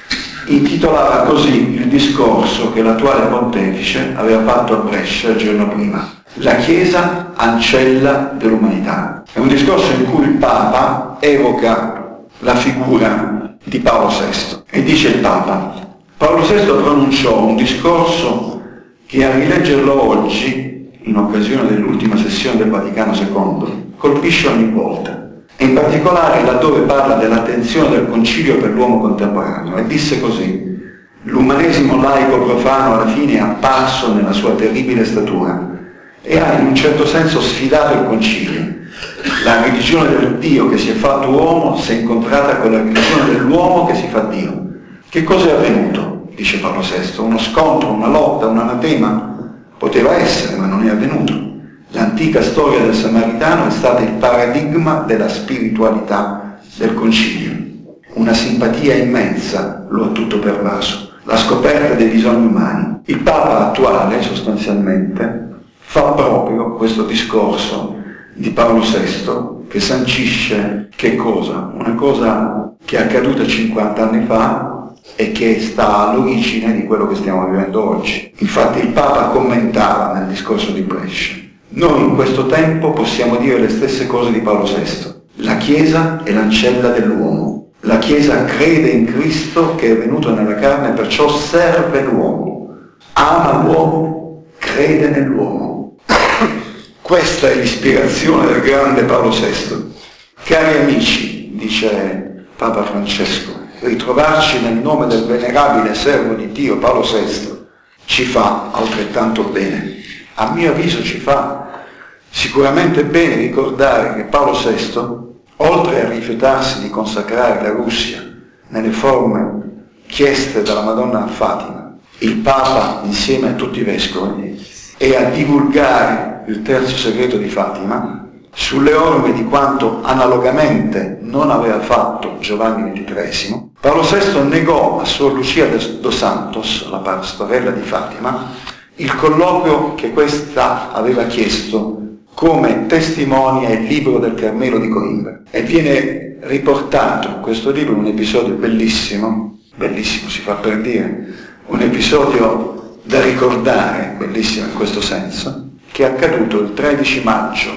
intitolava così il discorso che l'attuale pontefice aveva fatto a Brescia il giorno prima: la Chiesa ancella dell'umanità. È un discorso in cui il Papa evoca la figura di Paolo VI e dice il Papa: Paolo VI pronunciò un discorso che a rileggerlo oggi, in occasione dell'ultima sessione del Vaticano II, colpisce ogni volta, e in particolare laddove parla dell'attenzione del Concilio per l'uomo contemporaneo, e disse così: l'umanesimo laico profano alla fine è apparso nella sua terribile statura e ha in un certo senso sfidato il Concilio. La religione del Dio che si è fatto uomo si è incontrata con la religione dell'uomo che si fa Dio. Che cosa è avvenuto? Dice Paolo VI. Uno scontro, una lotta, un anatema? Poteva essere, ma non è avvenuto. L'antica storia del Samaritano è stata il paradigma della spiritualità del Concilio. Una simpatia immensa lo ha tutto pervaso, la scoperta dei bisogni umani. Il Papa attuale, sostanzialmente, fa proprio questo discorso di Paolo VI, che sancisce che cosa? Una cosa che è accaduta 50 anni fa e che sta all'origine di quello che stiamo vivendo oggi. Infatti il Papa commentava nel discorso di Brescia: noi in questo tempo possiamo dire le stesse cose di Paolo VI. La Chiesa è l'ancella dell'uomo. La Chiesa crede in Cristo che è venuto nella carne, perciò serve l'uomo. Ama l'uomo, crede nell'uomo. Questa è l'ispirazione del grande Paolo VI. Cari amici, dice Papa Francesco, ritrovarci nel nome del venerabile servo di Dio Paolo VI ci fa altrettanto bene. A mio avviso ci fa sicuramente bene ricordare che Paolo VI, oltre a rifiutarsi di consacrare la Russia nelle forme chieste dalla Madonna a Fatima, il Papa insieme a tutti i vescovi, e a divulgare il terzo segreto di Fatima, sulle orme di quanto analogamente non aveva fatto Giovanni XXIII, Paolo VI negò a Suor Lucia dos Santos, la pastorella di Fatima, il colloquio che questa aveva chiesto come testimonia il libro del Carmelo di Coimbra. E viene riportato in questo libro un episodio bellissimo, bellissimo si fa per dire, un episodio da ricordare, bellissimo in questo senso, che è accaduto il 13 maggio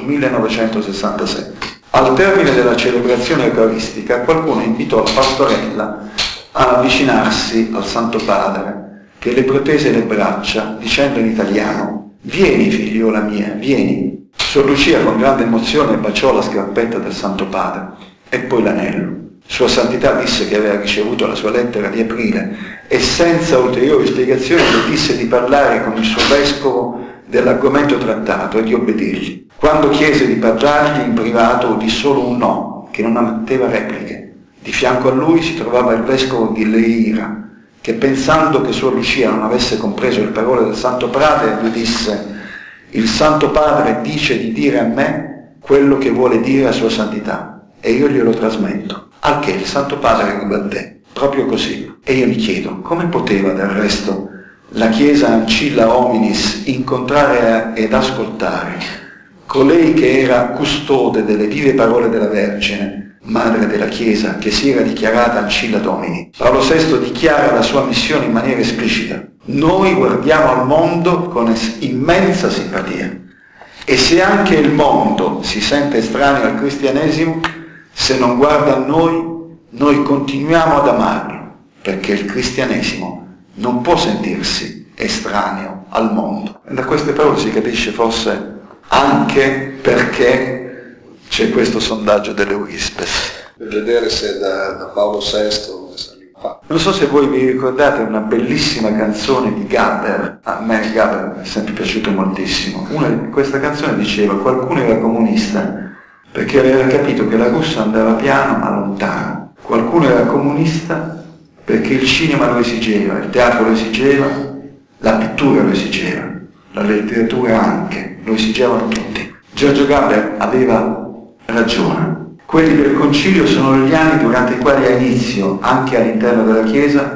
1967. Al termine della celebrazione eucaristica qualcuno invitò la pastorella a avvicinarsi al Santo Padre, che le protese le braccia dicendo in italiano: vieni figliola mia, vieni. Sor Lucia con grande emozione baciò la scarpetta del Santo Padre e poi l'anello. Sua Santità disse che aveva ricevuto la sua lettera di aprile e senza ulteriori spiegazioni le disse di parlare con il suo vescovo dell'argomento trattato e di obbedirgli. Quando chiese di parlargli in privato udì solo un no, che non ammetteva repliche. Di fianco a lui si trovava il vescovo di Leira, che pensando che Suor Lucia non avesse compreso le parole del Santo Padre, gli disse: il Santo Padre dice di dire a me quello che vuole dire a Sua Santità e io glielo trasmetto. Al che il Santo Padre ribatté: proprio così. E io mi chiedo, come poteva del resto la Chiesa ancilla hominis incontrare ed ascoltare colei che era custode delle vive parole della Vergine, madre della Chiesa, che si era dichiarata ancilla domini. Paolo VI dichiara la sua missione in maniera esplicita: noi guardiamo al mondo con immensa simpatia, e se anche il mondo si sente estraneo al cristianesimo, se non guarda a noi continuiamo ad amarlo, perché il cristianesimo non può sentirsi estraneo al mondo. E da queste parole si capisce forse anche perché c'è questo sondaggio dell'Eurispes. Per vedere se da Paolo VI non so se voi vi ricordate una bellissima canzone di Gaber. A me Gaber è sempre piaciuto moltissimo. Questa canzone diceva: qualcuno era comunista perché aveva capito che la Russia andava piano ma lontano. Qualcuno era comunista perché il cinema lo esigeva, il teatro lo esigeva, la pittura lo esigeva, la letteratura anche, lo esigevano tutti. Giorgio Gaber aveva ragione. Quelli del Concilio sono gli anni durante i quali ha inizio, anche all'interno della Chiesa,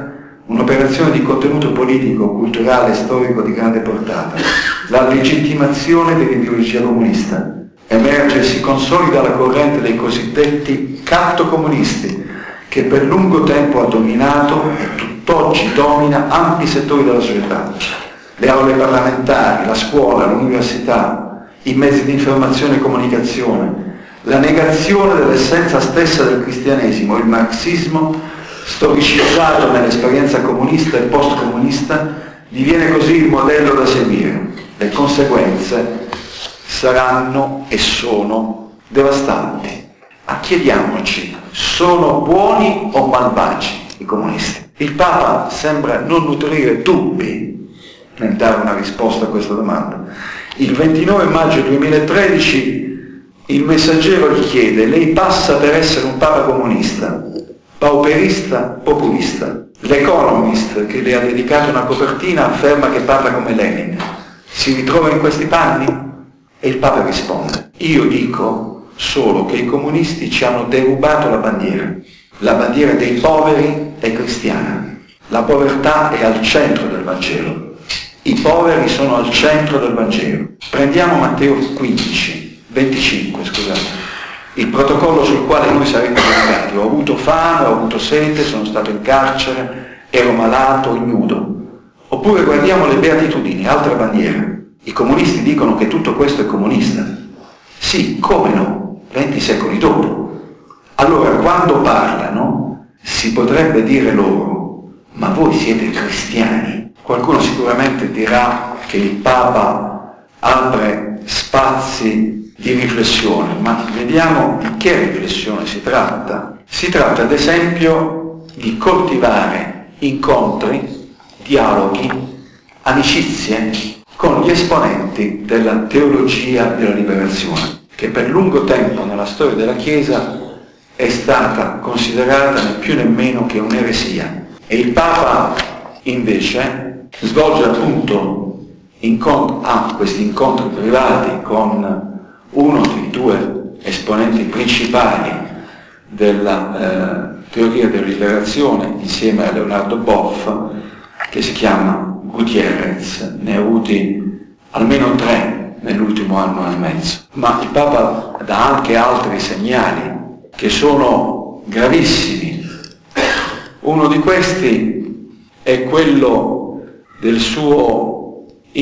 un'operazione di contenuto politico, culturale e storico di grande portata, la legittimazione dell'ideologia comunista. Emerge e si consolida la corrente dei cosiddetti cattocomunisti, che per lungo tempo ha dominato e tutt'oggi domina ampi settori della società. Le aule parlamentari, la scuola, l'università, i mezzi di informazione e comunicazione, la negazione dell'essenza stessa del cristianesimo, il marxismo, storicizzato nell'esperienza comunista e post-comunista, diviene così il modello da seguire. Le conseguenze saranno e sono devastanti. Ma chiediamoci, sono buoni o malvagi i comunisti? Il Papa sembra non nutrire dubbi nel dare una risposta a questa domanda. Il 29 maggio 2013 il Messaggero gli chiede: lei passa per essere un Papa comunista, pauperista, populista? L'Economist, che le ha dedicato una copertina, afferma che parla come Lenin. Si ritrova in questi panni? E il Papa risponde: io dico solo che i comunisti ci hanno derubato la bandiera dei poveri è cristiana. La povertà è al centro del Vangelo, i poveri sono al centro del Vangelo. Prendiamo Matteo 25, il protocollo sul quale noi saremmo giudicati: ho avuto fame, ho avuto sete, sono stato in carcere, ero malato, ignudo. Oppure guardiamo le beatitudini, altra bandiera. I comunisti dicono che tutto questo è comunista. Sì, come no? 20 secoli dopo. Allora, quando parlano, si potrebbe dire loro: ma voi siete cristiani? Qualcuno sicuramente dirà che il Papa apre spazi di riflessione, ma vediamo di che riflessione si tratta. Si tratta, ad esempio, di coltivare incontri, dialoghi, amicizie con gli esponenti della teologia della liberazione, che per lungo tempo nella storia della Chiesa è stata considerata né più né meno che un'eresia. E il Papa invece svolge appunto questi incontri privati con uno dei due esponenti principali della teoria della liberazione, insieme a Leonardo Boff, che si chiama Gutierrez. Ne ha avuti almeno 3 nell'ultimo anno e mezzo. Ma il Papa dà anche altri segnali che sono gravissimi. Uno di questi è quello del suo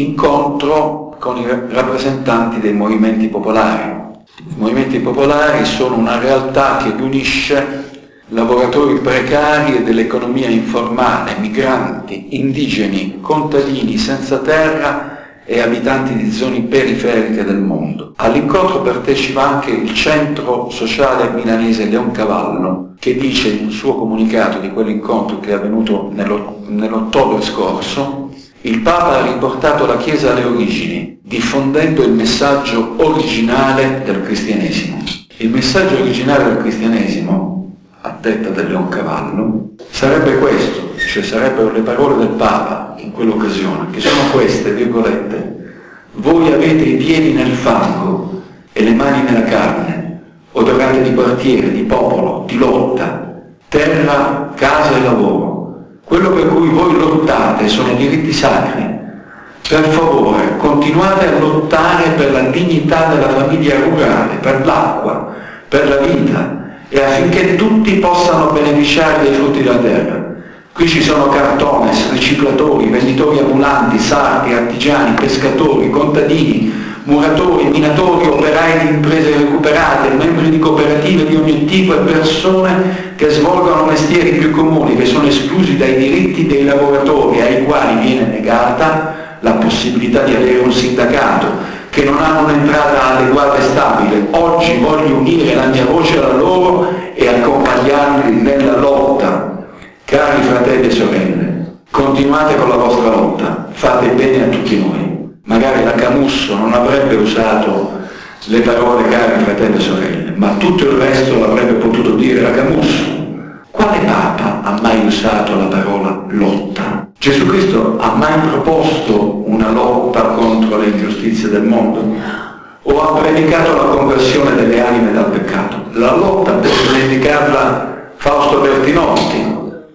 incontro con i rappresentanti dei movimenti popolari. I movimenti popolari sono una realtà che unisce lavoratori precari e dell'economia informale, migranti, indigeni, contadini senza terra e abitanti di zone periferiche del mondo. All'incontro partecipa anche il centro sociale milanese Leoncavallo, che dice in un suo comunicato di quell'incontro che è avvenuto nell'ottobre scorso: il Papa ha riportato la Chiesa alle origini, diffondendo il messaggio originale del cristianesimo. Il messaggio originale del cristianesimo, a detta del Leoncavallo, sarebbe questo, cioè sarebbero le parole del Papa in quell'occasione, che sono queste, virgolette: voi avete i piedi nel fango e le mani nella carne, odorate di quartiere, di popolo, di lotta, terra, casa e lavoro. Quello per cui voi lottate sono diritti sacri. Per favore, continuate a lottare per la dignità della famiglia rurale, per l'acqua, per la vita, e affinché tutti possano beneficiare dei frutti della terra. Qui ci sono cartones, riciclatori, venditori ambulanti, sardi, artigiani, pescatori, contadini, muratori, minatori, operai di imprese recuperate, membri di cooperative di ogni tipo e persone che svolgono mestieri più comuni, che sono esclusi dai diritti dei lavoratori, ai quali viene negata la possibilità di avere un sindacato, che non hanno un'entrata adeguata e stabile. Oggi voglio unire la mia voce alla loro e accompagnarli nella lotta. Cari fratelli e sorelle, continuate con la vostra lotta, fate bene a tutti noi. Magari la Camusso non avrebbe usato le parole cari fratelli e sorelle, ma tutto il resto l'avrebbe potuto dire la Camusso. Quale Papa ha mai usato la parola lotta? Gesù Cristo ha mai proposto una lotta contro le ingiustizie del mondo? O ha predicato la conversione delle anime dal peccato? La lotta, per indicarla Fausto Bertinotti,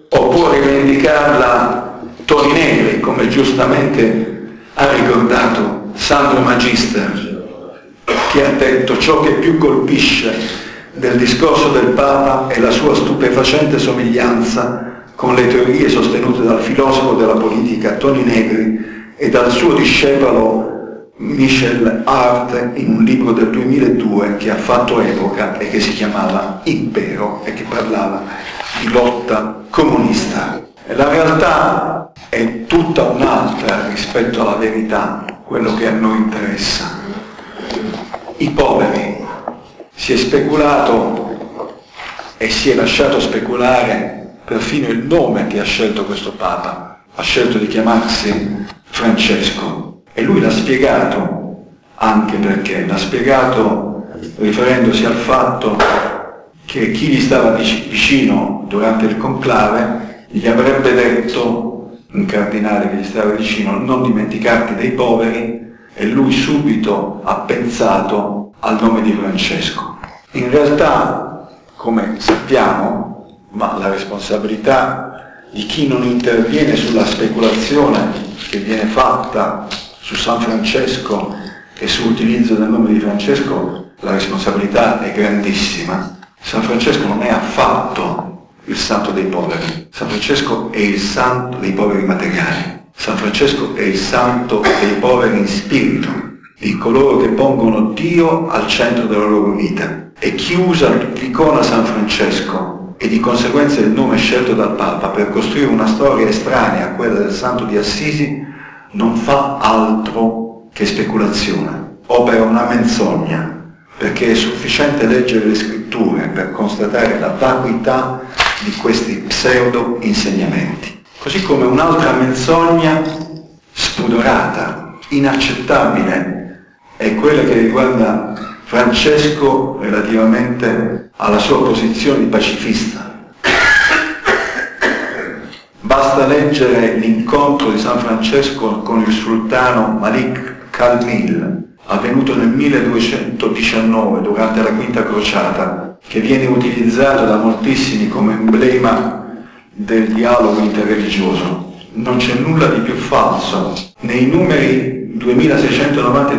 o può rivendicarla Toni Negri, come giustamente ha ricordato Sandro Magister, che ha detto: ciò che più colpisce del discorso del Papa è la sua stupefacente somiglianza con le teorie sostenute dal filosofo della politica Toni Negri e dal suo discepolo Michel Hart in un libro del 2002 che ha fatto epoca e che si chiamava Impero e che parlava di lotta comunista. E la realtà è tutta un'altra rispetto alla verità, quello che a noi interessa. I poveri. Si è speculato e si è lasciato speculare perfino il nome che ha scelto questo Papa. Ha scelto di chiamarsi Francesco. E lui l'ha spiegato, anche perché l'ha spiegato riferendosi al fatto che chi gli stava vicino durante il conclave gli avrebbe detto, un cardinale che gli stava vicino, non dimenticarti dei poveri, e lui subito ha pensato al nome di Francesco. In realtà, come sappiamo, ma la responsabilità di chi non interviene sulla speculazione che viene fatta su San Francesco e sull'utilizzo del nome di Francesco, la responsabilità è grandissima. San Francesco non è affatto il santo dei poveri. San Francesco è il santo dei poveri materiali. San Francesco è il santo dei poveri in spirito, di coloro che pongono Dio al centro della loro vita. E chi usa l'icona San Francesco e di conseguenza il nome scelto dal Papa per costruire una storia estranea a quella del santo di Assisi non fa altro che speculazione, opera una menzogna, perché è sufficiente leggere le scritture per constatare la vacuità di questi pseudo insegnamenti. Così come un'altra menzogna spudorata, inaccettabile, è quella che riguarda Francesco relativamente alla sua posizione di pacifista. Basta leggere l'incontro di San Francesco con il sultano Malik Kamil, avvenuto nel 1219 durante la Quinta Crociata, che viene utilizzato da moltissimi come emblema del dialogo interreligioso. Non c'è nulla di più falso. Nei numeri 2690 e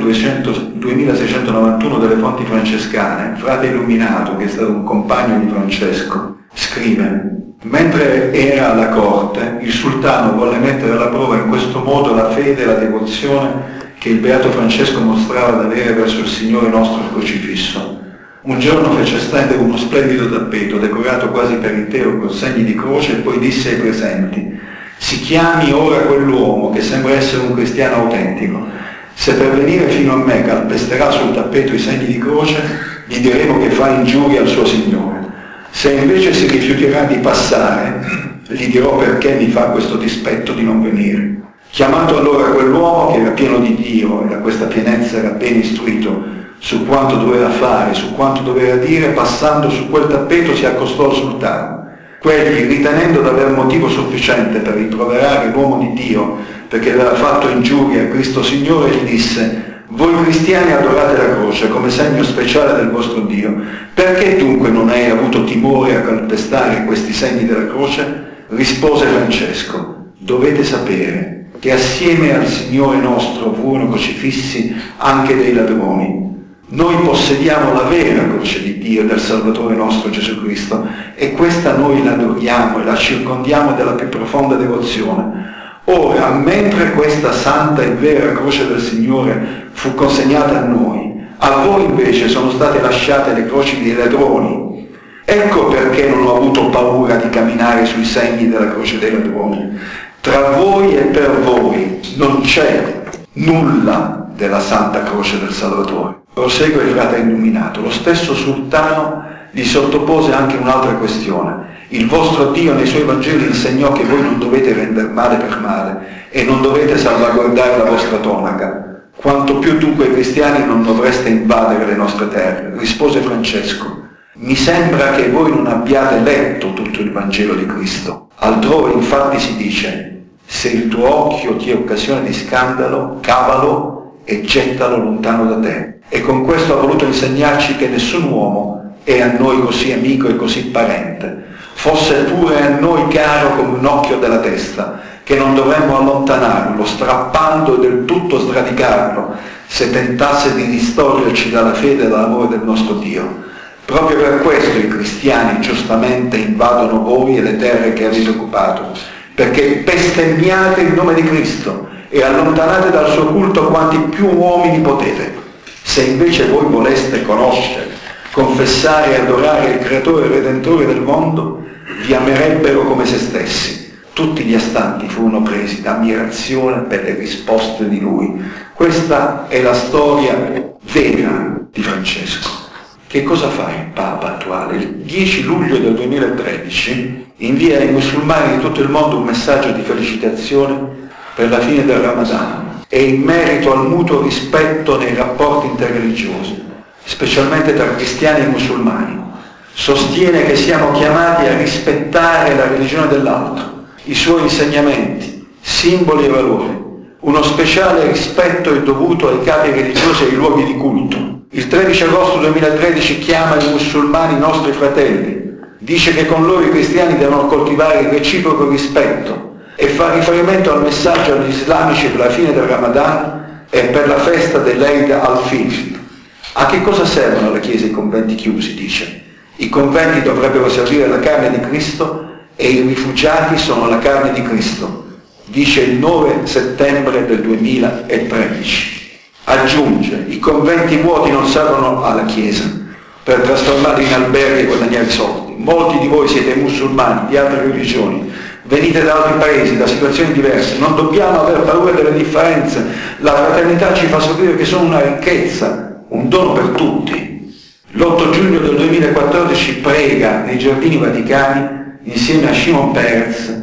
2691 delle fonti francescane, frate illuminato, che è stato un compagno di Francesco, scrive: mentre era alla corte, il sultano volle mettere alla prova in questo modo la fede e la devozione che il beato Francesco mostrava ad avere verso il Signore nostro crocifisso. Un giorno fece stendere uno splendido tappeto, decorato quasi per intero con segni di croce, e poi disse ai presenti: si chiami ora quell'uomo che sembra essere un cristiano autentico. Se per venire fino a me calpesterà sul tappeto i segni di croce, gli diremo che fa ingiuria al suo Signore. Se invece si rifiuterà di passare, gli dirò perché mi fa questo dispetto di non venire. Chiamato allora quell'uomo, che era pieno di Dio e da questa pienezza era ben istruito su quanto doveva fare, su quanto doveva dire, passando su quel tappeto si accostò al sultano. Quegli, ritenendo di aver motivo sufficiente per rimproverare l'uomo di Dio perché aveva fatto ingiuria a Cristo Signore, gli disse: voi cristiani adorate la croce come segno speciale del vostro Dio, perché dunque non hai avuto timore a calpestare questi segni della croce? Rispose Francesco: dovete sapere che assieme al Signore nostro furono crocifissi anche dei ladroni. Noi possediamo la vera croce di Dio e del Salvatore nostro Gesù Cristo, e questa noi la adoriamo e la circondiamo della più profonda devozione. Ora, mentre questa santa e vera croce del Signore fu consegnata a noi, a voi invece sono state lasciate le croci dei ladroni. Ecco perché non ho avuto paura di camminare sui segni della croce dei ladroni. Tra voi e per voi non c'è nulla della santa croce del Salvatore. Prosegue il frate illuminato. Lo stesso sultano gli sottopose anche un'altra questione. Il vostro Dio nei suoi Vangeli insegnò che voi non dovete rendere male per male e non dovete salvaguardare la vostra tonaca. Quanto più dunque i cristiani non dovreste invadere le nostre terre. Rispose Francesco: mi sembra che voi non abbiate letto tutto il Vangelo di Cristo. Altrove infatti si dice: se il tuo occhio ti è occasione di scandalo, cavalo e gettalo lontano da te. E con questo ha voluto insegnarci che nessun uomo è a noi così amico e così parente. fosse pure a noi caro come un occhio della testa, che non dovremmo allontanarlo, strappando e del tutto sradicarlo, se tentasse di distoglierci dalla fede e dall'amore del nostro Dio. Proprio per questo i cristiani giustamente invadono voi e le terre che avete occupato, perché bestemmiate il nome di Cristo e allontanate dal suo culto quanti più uomini potete. Se invece voi voleste conoscere, confessare e adorare il Creatore e il Redentore del mondo, vi amerebbero come se stessi. Tutti gli astanti furono presi da ammirazione per le risposte di Lui. Questa è la storia vera di Francesco. Che cosa fa il Papa attuale? Il 10 luglio del 2013 invia ai musulmani di tutto il mondo un messaggio di felicitazione per la fine del Ramadan e in merito al mutuo rispetto nei rapporti interreligiosi, specialmente tra cristiani e musulmani. Sostiene che siamo chiamati a rispettare la religione dell'altro, i suoi insegnamenti, simboli e valori. Uno speciale rispetto è dovuto ai capi religiosi e ai luoghi di culto. Il 13 agosto 2013 chiama i musulmani nostri fratelli, dice che con loro i cristiani devono coltivare il reciproco rispetto e fa riferimento al messaggio agli islamici per la fine del Ramadan e per la festa dell'Eid al-Fitr. A che cosa servono le chiese e i conventi chiusi, dice? I conventi dovrebbero servire la carne di Cristo e i rifugiati sono la carne di Cristo, dice il 9 settembre del 2013. Aggiunge, i conventi vuoti non servono alla Chiesa per trasformarli in alberghi e guadagnare soldi. Molti di voi siete musulmani, di altre religioni, venite da altri paesi, da situazioni diverse, non dobbiamo aver paura delle differenze. La fraternità ci fa sapere che sono una ricchezza, un dono per tutti. L'8 giugno del 2014 prega nei Giardini Vaticani insieme a Shimon Peres,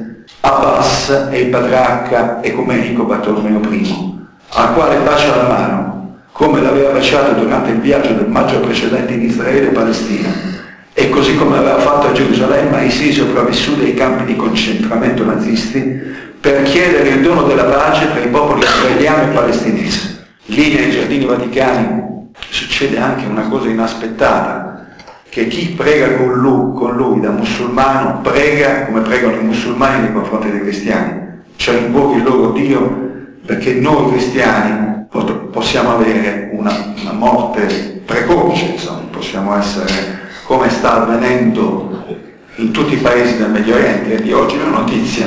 Abbas e il patriarca ecumenico Bartolomeo I, al quale bacia la mano, come l'aveva baciato durante il viaggio del maggio precedente in Israele e Palestina, e così come aveva fatto a Gerusalemme ai sei sopravvissuti ai campi di concentramento nazisti, per chiedere il dono della pace tra i popoli israeliano e palestinesi. Lì nei Giardini Vaticani succede anche una cosa inaspettata, che chi prega con lui da musulmano prega come pregano i musulmani nei confronti dei cristiani, cioè invoca il loro Dio, perché noi cristiani possiamo avere una morte precoce, insomma, possiamo essere, come sta avvenendo in tutti i paesi del Medio Oriente. E di oggi una notizia,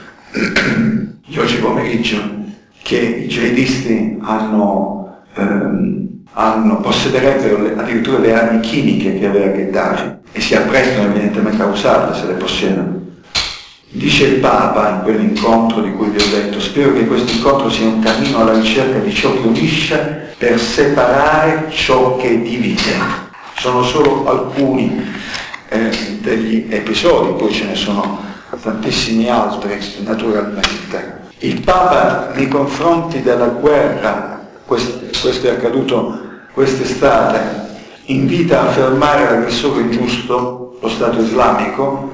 di oggi pomeriggio, che i jihadisti possederebbero addirittura le armi chimiche che aveva Gheddafi e si apprestano evidentemente a usarle se le possiedono. Dice il Papa in quell'incontro di cui vi ho detto: spero che questo incontro sia un cammino alla ricerca di ciò che unisce per separare ciò che divide. Sono solo alcuni degli episodi, poi ce ne sono tantissimi altri naturalmente. Il Papa nei confronti della guerra, questo è accaduto quest'estate, invita a fermare l'aggressore giusto, lo Stato islamico,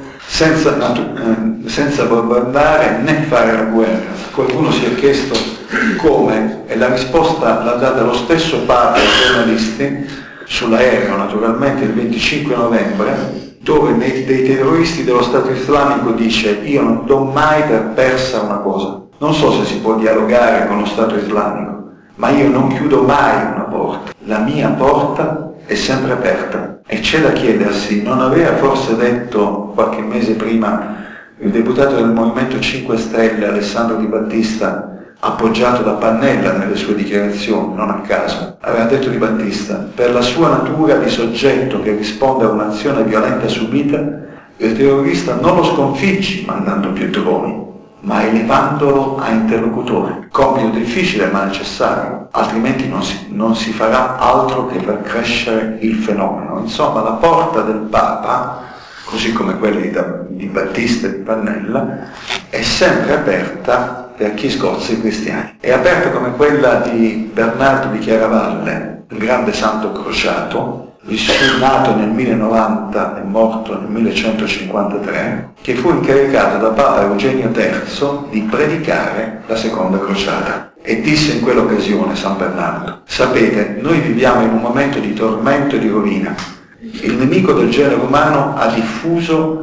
senza bombardare né fare la guerra. Qualcuno si è chiesto come, e la risposta l'ha data lo stesso Papa ai giornalisti sull'aereo, naturalmente, il 25 novembre, dove dei terroristi dello Stato islamico dice: io non do mai per persa una cosa. Non so se si può dialogare con lo Stato islamico, ma io non chiudo mai una porta. La mia porta è sempre aperta. E c'è da chiedersi, non aveva forse detto qualche mese prima il deputato del Movimento 5 Stelle Alessandro Di Battista, appoggiato da Pannella nelle sue dichiarazioni, non a caso, aveva detto Di Battista: per la sua natura di soggetto che risponde a un'azione violenta subita, il terrorista non lo sconfiggi mandando più droni, ma elevandolo a interlocutore. Compito difficile ma necessario, altrimenti non si farà altro che per crescere il fenomeno. Insomma, la porta del Papa, così come quelle di Battista e di Pannella, è sempre aperta per chi scozza i cristiani. È aperta come quella di Bernardo di Chiaravalle, il grande santo crociato, nato nel 1090 e morto nel 1153, che fu incaricato da Papa Eugenio III di predicare la seconda crociata. E disse in quell'occasione San Bernardo: sapete, noi viviamo in un momento di tormento e di rovina. Il nemico del genere umano ha diffuso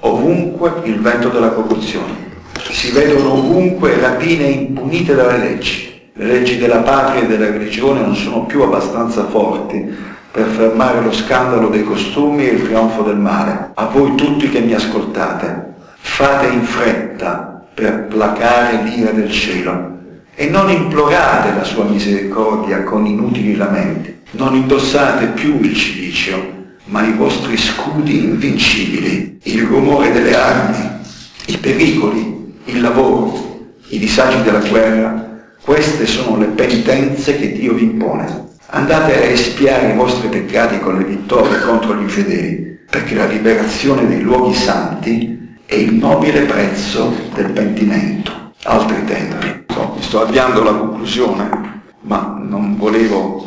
ovunque il vento della corruzione. Si vedono ovunque rapine impunite dalle leggi. Le leggi della patria e della religione non sono più abbastanza forti per fermare lo scandalo dei costumi e il trionfo del male. A voi tutti che mi ascoltate, fate in fretta per placare l'ira del cielo e non implorate la sua misericordia con inutili lamenti. Non indossate più il cilicio, ma i vostri scudi invincibili, il rumore delle armi, i pericoli, il lavoro, i disagi della guerra. Queste sono le penitenze che Dio vi impone. Andate a espiare i vostri peccati con le vittorie contro gli infedeli, perché la liberazione dei luoghi santi è il nobile prezzo del pentimento. Altri tempi. Mi sto avviando alla conclusione, ma non volevo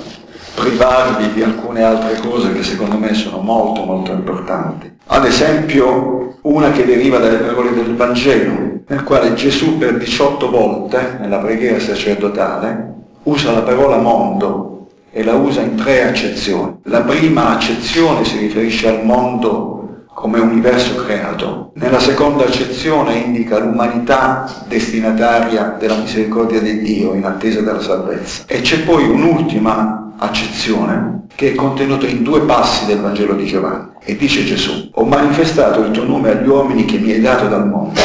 privarvi di alcune altre cose che secondo me sono molto molto importanti. Ad esempio, una che deriva dalle parole del Vangelo, nel quale Gesù per 18 volte, nella preghiera sacerdotale, usa la parola mondo e la usa in 3 accezioni. La prima accezione si riferisce al mondo come universo creato. Nella seconda accezione indica l'umanità destinataria della misericordia di Dio in attesa della salvezza. E c'è poi un'ultima accezione che è contenuta in 2 passi del Vangelo di Giovanni. E dice Gesù: ho manifestato il tuo nome agli uomini che mi hai dato dal mondo.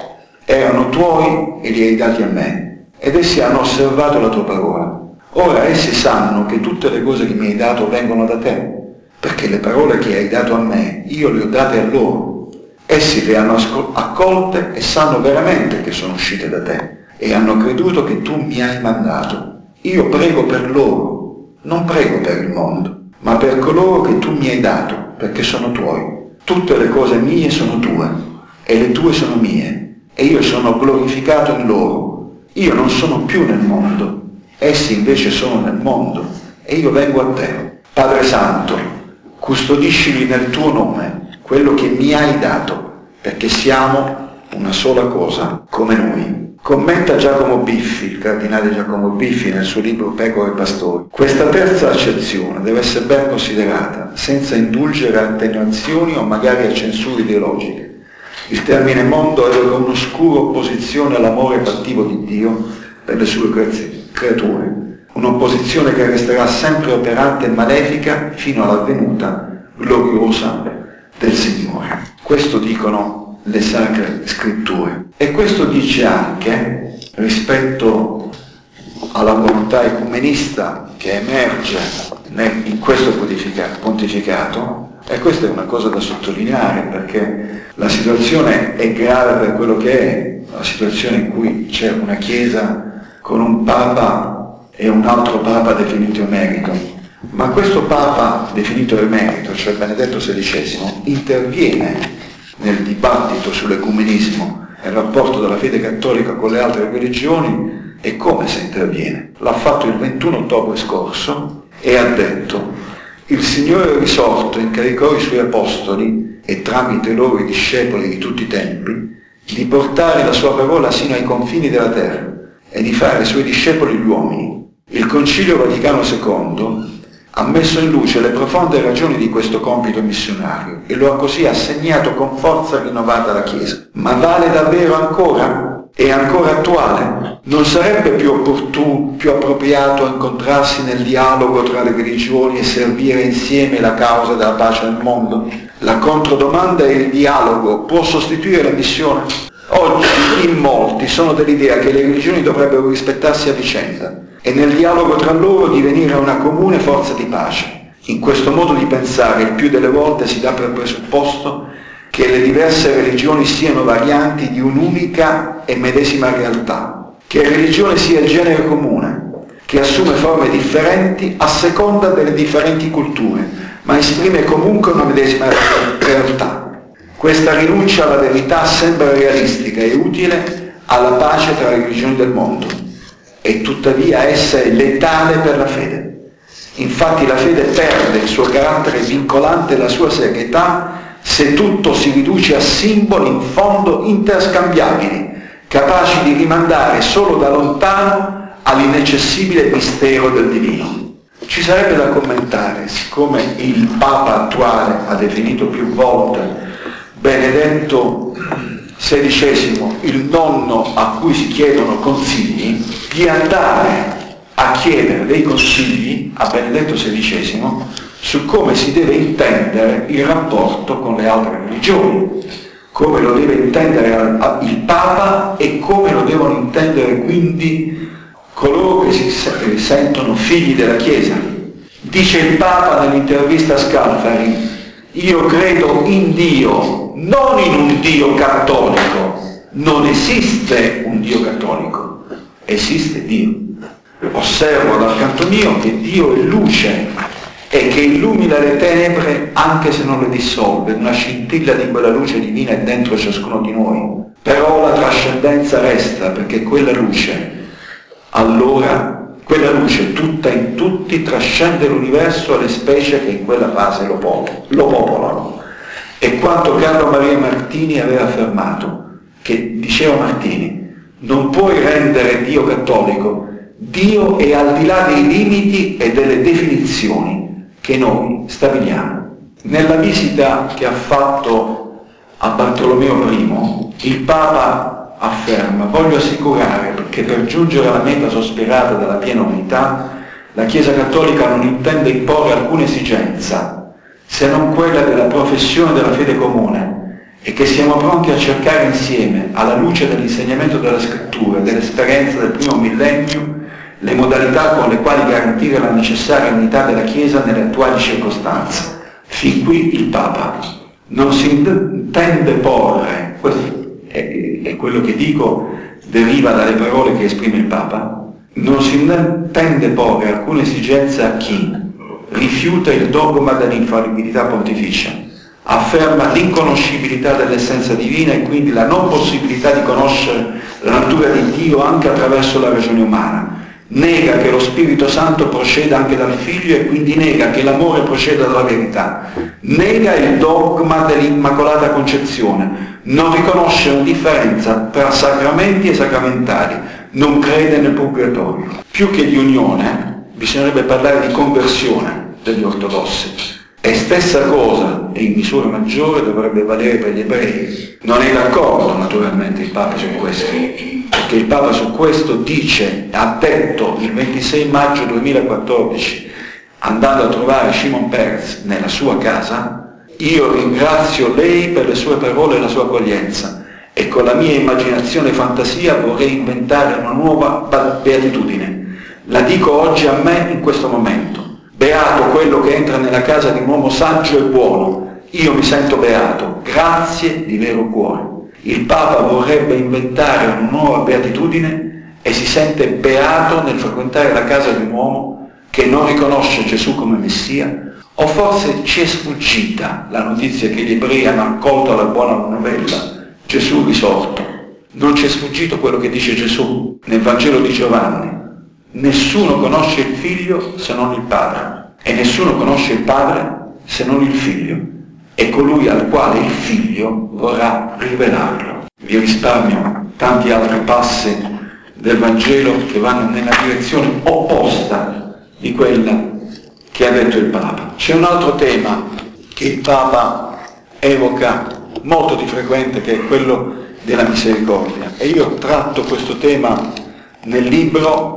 Erano tuoi e li hai dati a me, ed essi hanno osservato la tua parola. Ora essi sanno che tutte le cose che mi hai dato vengono da te, perché le parole che hai dato a me, io le ho date a loro. Essi le hanno accolte e sanno veramente che sono uscite da te, e hanno creduto che tu mi hai mandato. Io prego per loro, non prego per il mondo, ma per coloro che tu mi hai dato, perché sono tuoi. Tutte le cose mie sono tue, e le tue sono mie, e io sono glorificato in loro. Io non sono più nel mondo, essi invece sono nel mondo, e io vengo a te. Padre Santo, custodiscili nel tuo nome quello che mi hai dato, perché siamo una sola cosa, come noi. Commenta Giacomo Biffi, il cardinale Giacomo Biffi, nel suo libro Pecore e Pastori. Questa terza accezione deve essere ben considerata, senza indulgere a attenuazioni o magari a censure ideologiche. Il termine mondo evoca un'oscura opposizione all'amore fattivo di Dio per le sue creature, un'opposizione che resterà sempre operante e malefica fino alla venuta gloriosa del Signore. Questo dicono le Sacre Scritture. E questo dice anche, rispetto alla volontà ecumenista che emerge in questo pontificato, e questa è una cosa da sottolineare, perché la situazione è grave per quello che è, la situazione in cui c'è una Chiesa con un Papa e un altro Papa definito emerito. Ma questo Papa definito emerito, cioè Benedetto XVI, interviene nel dibattito sull'ecumenismo e il rapporto della fede cattolica con le altre religioni. E come se interviene? L'ha fatto il 21 ottobre scorso e ha detto: il Signore risorto incaricò i suoi apostoli, e tramite loro i discepoli di tutti i tempi, di portare la sua parola sino ai confini della terra e di fare i suoi discepoli gli uomini. Il Concilio Vaticano II ha messo in luce le profonde ragioni di questo compito missionario e lo ha così assegnato con forza rinnovata alla Chiesa. Ma vale davvero ancora? È ancora attuale? Non sarebbe più opportuno, più appropriato incontrarsi nel dialogo tra le religioni e servire insieme la causa della pace nel mondo? La controdomanda è: il dialogo può sostituire la missione? Oggi in molti sono dell'idea che le religioni dovrebbero rispettarsi a vicenda e nel dialogo tra loro divenire una comune forza di pace. In questo modo di pensare il più delle volte si dà per presupposto che le diverse religioni siano varianti di un'unica e medesima realtà, che religione sia il genere comune, che assume forme differenti a seconda delle differenti culture, ma esprime comunque una medesima realtà. Questa rinuncia alla verità sembra realistica e utile alla pace tra le religioni del mondo, e tuttavia essa è letale per la fede. Infatti la fede perde il suo carattere vincolante e la sua serietà se tutto si riduce a simboli in fondo interscambiabili, capaci di rimandare solo da lontano all'inaccessibile mistero del divino. Ci sarebbe da commentare, siccome il Papa attuale ha definito più volte Benedetto XVI, il nonno a cui si chiedono consigli, di andare a chiedere dei consigli a Benedetto XVI su come si deve intendere il rapporto con le altre religioni, come lo deve intendere il Papa e come lo devono intendere quindi coloro che si sentono figli della Chiesa. Dice il Papa nell'intervista a Scalfari: io credo in Dio, non in un Dio cattolico. Non esiste un Dio cattolico, esiste Dio. Osservo dal canto mio che Dio è luce e che illumina le tenebre anche se non le dissolve. Una scintilla di quella luce divina è dentro ciascuno di noi. Però la trascendenza resta, perché quella luce, allora, quella luce tutta in tutti trascende l'universo e le specie che in quella fase lo popolano. E quanto Carlo Maria Martini aveva affermato, che diceva Martini, non puoi rendere Dio cattolico, Dio è al di là dei limiti e delle definizioni che noi stabiliamo. Nella visita che ha fatto a Bartolomeo I, il Papa afferma: voglio assicurare che per giungere alla meta sospirata della piena unità, la Chiesa Cattolica non intende imporre alcuna esigenza, se non quella della professione della fede comune, e che siamo pronti a cercare insieme, alla luce dell'insegnamento della Scrittura e dell'esperienza del primo millennio, le modalità con le quali garantire la necessaria unità della Chiesa nelle attuali circostanze. Fin qui il Papa. Non si intende porre, questo è quello che dico, deriva dalle parole che esprime il Papa, non si intende porre alcuna esigenza a chi rifiuta il dogma dell'infallibilità pontificia, afferma l'inconoscibilità dell'essenza divina e quindi la non possibilità di conoscere la natura di Dio anche attraverso la ragione umana, nega che lo Spirito Santo proceda anche dal Figlio e quindi nega che l'amore proceda dalla verità, nega il dogma dell'Immacolata Concezione, non riconosce una differenza tra sacramenti e sacramentali, non crede nel purgatorio. Più che di unione, bisognerebbe parlare di conversione degli ortodossi. E stessa cosa, e in misura maggiore, dovrebbe valere per gli ebrei. Non è d'accordo naturalmente il Papa su questo, perché il Papa su questo dice, ha detto il 26 maggio 2014, andando a trovare Shimon Peres nella sua casa: io ringrazio lei per le sue parole e la sua accoglienza, e con la mia immaginazione e fantasia vorrei inventare una nuova beatitudine. La dico oggi a me in questo momento. Beato quello che entra nella casa di un uomo saggio e buono. Io mi sento beato, grazie di vero cuore. Il Papa vorrebbe inventare una nuova beatitudine e si sente beato nel frequentare la casa di un uomo che non riconosce Gesù come Messia? O forse ci è sfuggita la notizia che gli ebrei hanno accolto la buona novella, Gesù risorto? Non ci è sfuggito quello che dice Gesù nel Vangelo di Giovanni: nessuno conosce il Figlio se non il Padre, e nessuno conosce il Padre se non il Figlio, e colui al quale il Figlio vorrà rivelarlo. Vi risparmio tanti altri passi del Vangelo che vanno nella direzione opposta di quella che ha detto il Papa. C'è un altro tema che il Papa evoca molto di frequente, che è quello della misericordia, e io tratto questo tema nel libro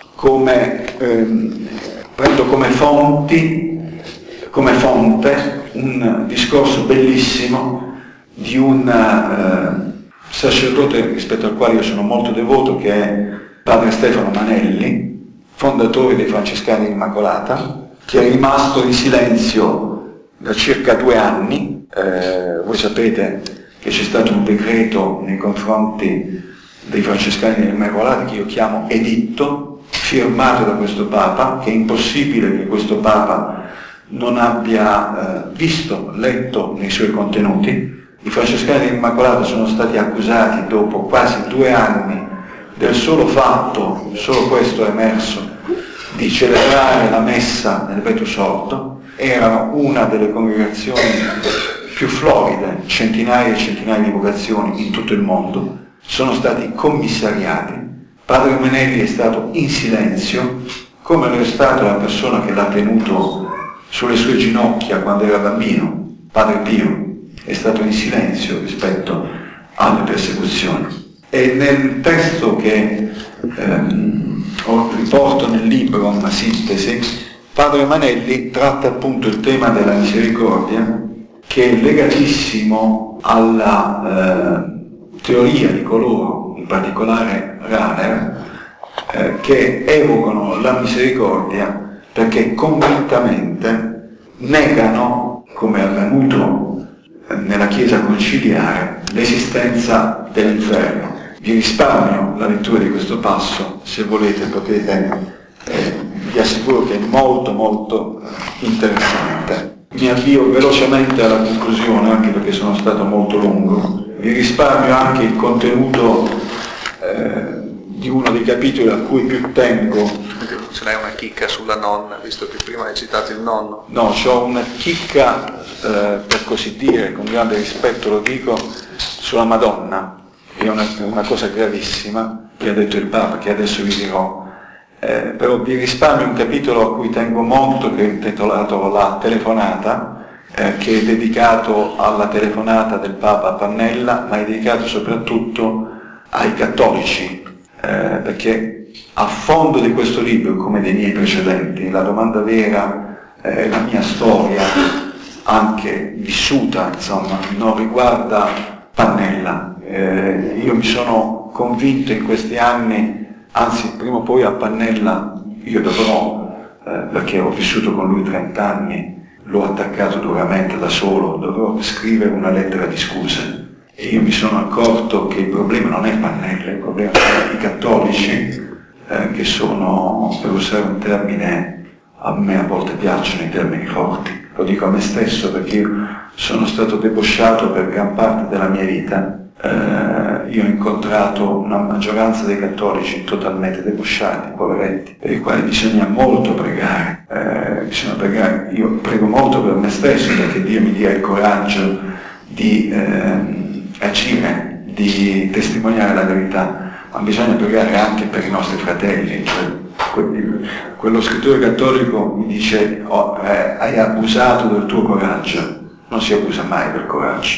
prendo come fonte un discorso bellissimo di un sacerdote rispetto al quale io sono molto devoto, che è padre Stefano Manelli, fondatore dei Francescani Immacolata, che è rimasto in silenzio da circa 2 anni. Voi sapete che c'è stato un decreto nei confronti dei Francescani Immacolati che io chiamo editto, firmato da questo Papa, che è impossibile che questo Papa non abbia letto nei suoi contenuti. I Francescani Immacolati sono stati accusati dopo quasi 2 anni del solo fatto, solo questo è emerso, di celebrare la messa nel Vetus Ordo. Era una delle congregazioni più floride, centinaia e centinaia di vocazioni in tutto il mondo, sono stati commissariati. Padre Manelli è stato in silenzio, come lo è stata la persona che l'ha tenuto sulle sue ginocchia quando era bambino, Padre Pio. è stato in silenzio rispetto alle persecuzioni. E nel testo che riporto nel libro, una sintesi, Padre Manelli tratta appunto il tema della misericordia, che è legatissimo alla teoria di coloro, in particolare Rahner, che evocano la misericordia perché convintamente negano, come è avvenuto nella Chiesa conciliare, l'esistenza dell'inferno. Vi risparmio la lettura di questo passo, se volete potete, vi assicuro che è molto molto interessante. Mi avvio velocemente alla conclusione, anche perché sono stato molto lungo. Vi risparmio anche il contenuto di uno dei capitoli a cui più tengo. Ce l'hai una chicca sulla nonna, visto che prima hai citato il nonno? No, c'ho una chicca, per così dire, con grande rispetto lo dico, sulla Madonna. È una cosa gravissima che ha detto il Papa, che adesso vi dirò. Però vi risparmio un capitolo a cui tengo molto, che è intitolato La telefonata, che è dedicato alla telefonata del Papa a Pannella, ma è dedicato soprattutto ai cattolici, perché a fondo di questo libro, come dei miei precedenti, La domanda vera, la mia storia, anche vissuta, insomma, non riguarda Pannella. Io mi sono convinto in questi anni, anzi prima o poi a Pannella io dovrò, perché ho vissuto con lui 30 anni, l'ho attaccato duramente da solo, dovrò scrivere una lettera di scuse. E io mi sono accorto che il problema non è Pannella, il problema sono i cattolici, che sono, per usare un termine, a me a volte piacciono i termini forti, lo dico a me stesso perché io sono stato debosciato per gran parte della mia vita. Io ho incontrato una maggioranza dei cattolici totalmente debosciati, poveretti, per i quali bisogna molto pregare, io prego molto per me stesso perché Dio mi dia il coraggio di agire, di testimoniare la verità, ma bisogna pregare anche per i nostri fratelli. Quello scrittore cattolico mi dice hai abusato del tuo coraggio. Non si abusa mai del coraggio,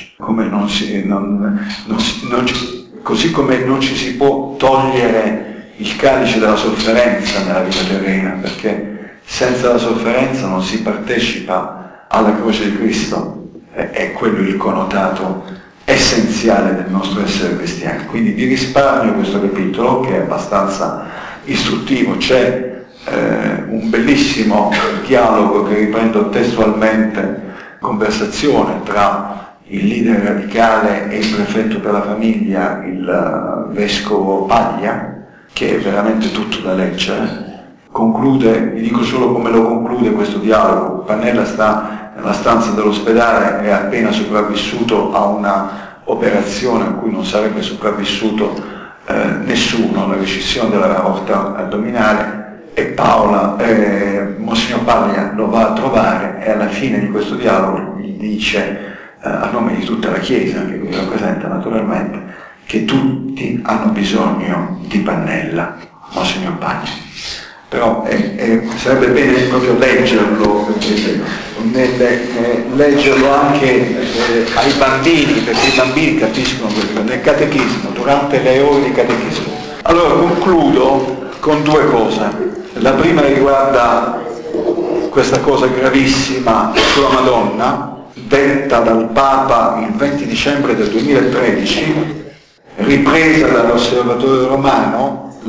così come non ci si può togliere il calice della sofferenza nella vita terrena, perché senza la sofferenza non si partecipa alla croce di Cristo, è quello il connotato essenziale del nostro essere cristiani. Quindi vi risparmio questo capitolo che è abbastanza istruttivo. C'è un bellissimo dialogo che riprendo testualmente, conversazione tra il leader radicale e il prefetto per la famiglia, il vescovo Paglia, che è veramente tutto da leggere. Conclude, vi dico solo come lo conclude questo dialogo. Pannella sta nella stanza dell'ospedale, è appena sopravvissuto a una operazione a cui non sarebbe sopravvissuto nessuno, la rescissione della aorta addominale, e Monsignor Paglia lo va a trovare e alla fine di questo dialogo gli dice, a nome di tutta la Chiesa, che lui rappresenta naturalmente, che tutti hanno bisogno di Pannella, Monsignor Paglia. Però sarebbe bene proprio leggerlo, leggerlo anche ai bambini, perché i bambini capiscono quello, nel catechismo, durante le ore di catechismo. Allora concludo con due cose. La prima riguarda questa cosa gravissima sulla Madonna, detta dal Papa il 20 dicembre del 2013, ripresa dall'Osservatore Romano,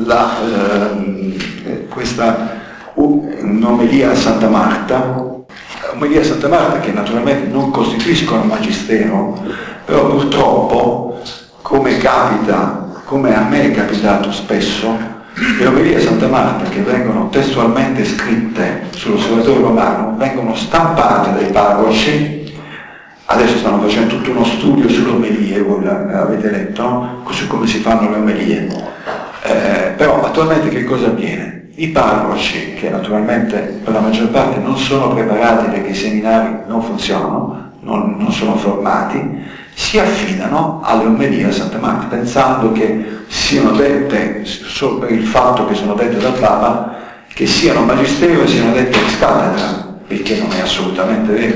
questa un'omelia a Santa Marta, che naturalmente non costituiscono magistero, però purtroppo, come a me è capitato spesso, le omelie a Santa Marta che vengono testualmente scritte sull'Osservatore Romano vengono stampate dai parroci. Adesso stanno facendo tutto uno studio sulle omelie, voi l'avete letto, no? Su come si fanno le omelie. Però attualmente che cosa avviene? I parroci, che naturalmente per la maggior parte non sono preparati perché i seminari non funzionano, non sono formati, si affidano alle omelie a Santa Marta, pensando che siano dette, solo per il fatto che sono dette dal Papa, che siano magistero e siano dette ex cattedra, il che non è assolutamente vero.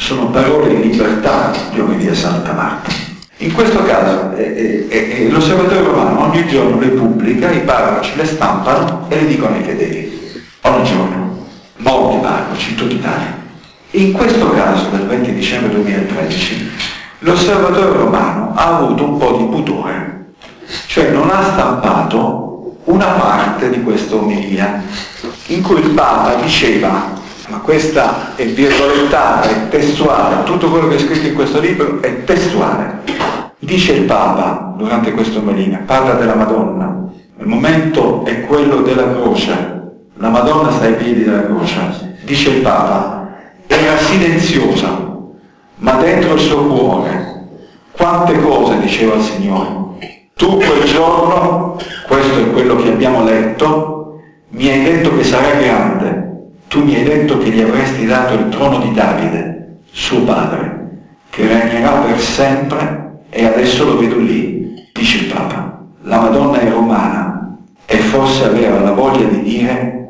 sono parole di libertà di Omelia Santa Marta. In questo caso l'Osservatore Romano ogni giorno le pubblica, i parroci le stampano e le dicono ai fedeli. Ogni giorno, molti parroci in tutta Italia. In questo caso, del 20 dicembre 2013, l'Osservatore Romano ha avuto un po' di pudore, cioè non ha stampato una parte di questa omelia in cui il Papa diceva, ma questa è virgolettata, è testuale, tutto quello che è scritto in questo libro è testuale. Dice il Papa durante questa omelia, parla della Madonna, il momento è quello della croce, la Madonna sta ai piedi della croce, dice il Papa, era silenziosa, ma dentro il suo cuore, quante cose diceva il Signore. Tu quel giorno, questo è quello che abbiamo letto, mi hai detto che sarà grande, tu mi hai detto che gli avresti dato il trono di Davide, suo padre, che regnerà per sempre. E adesso lo vedo lì, dice il Papa. La Madonna è romana e forse aveva la voglia di dire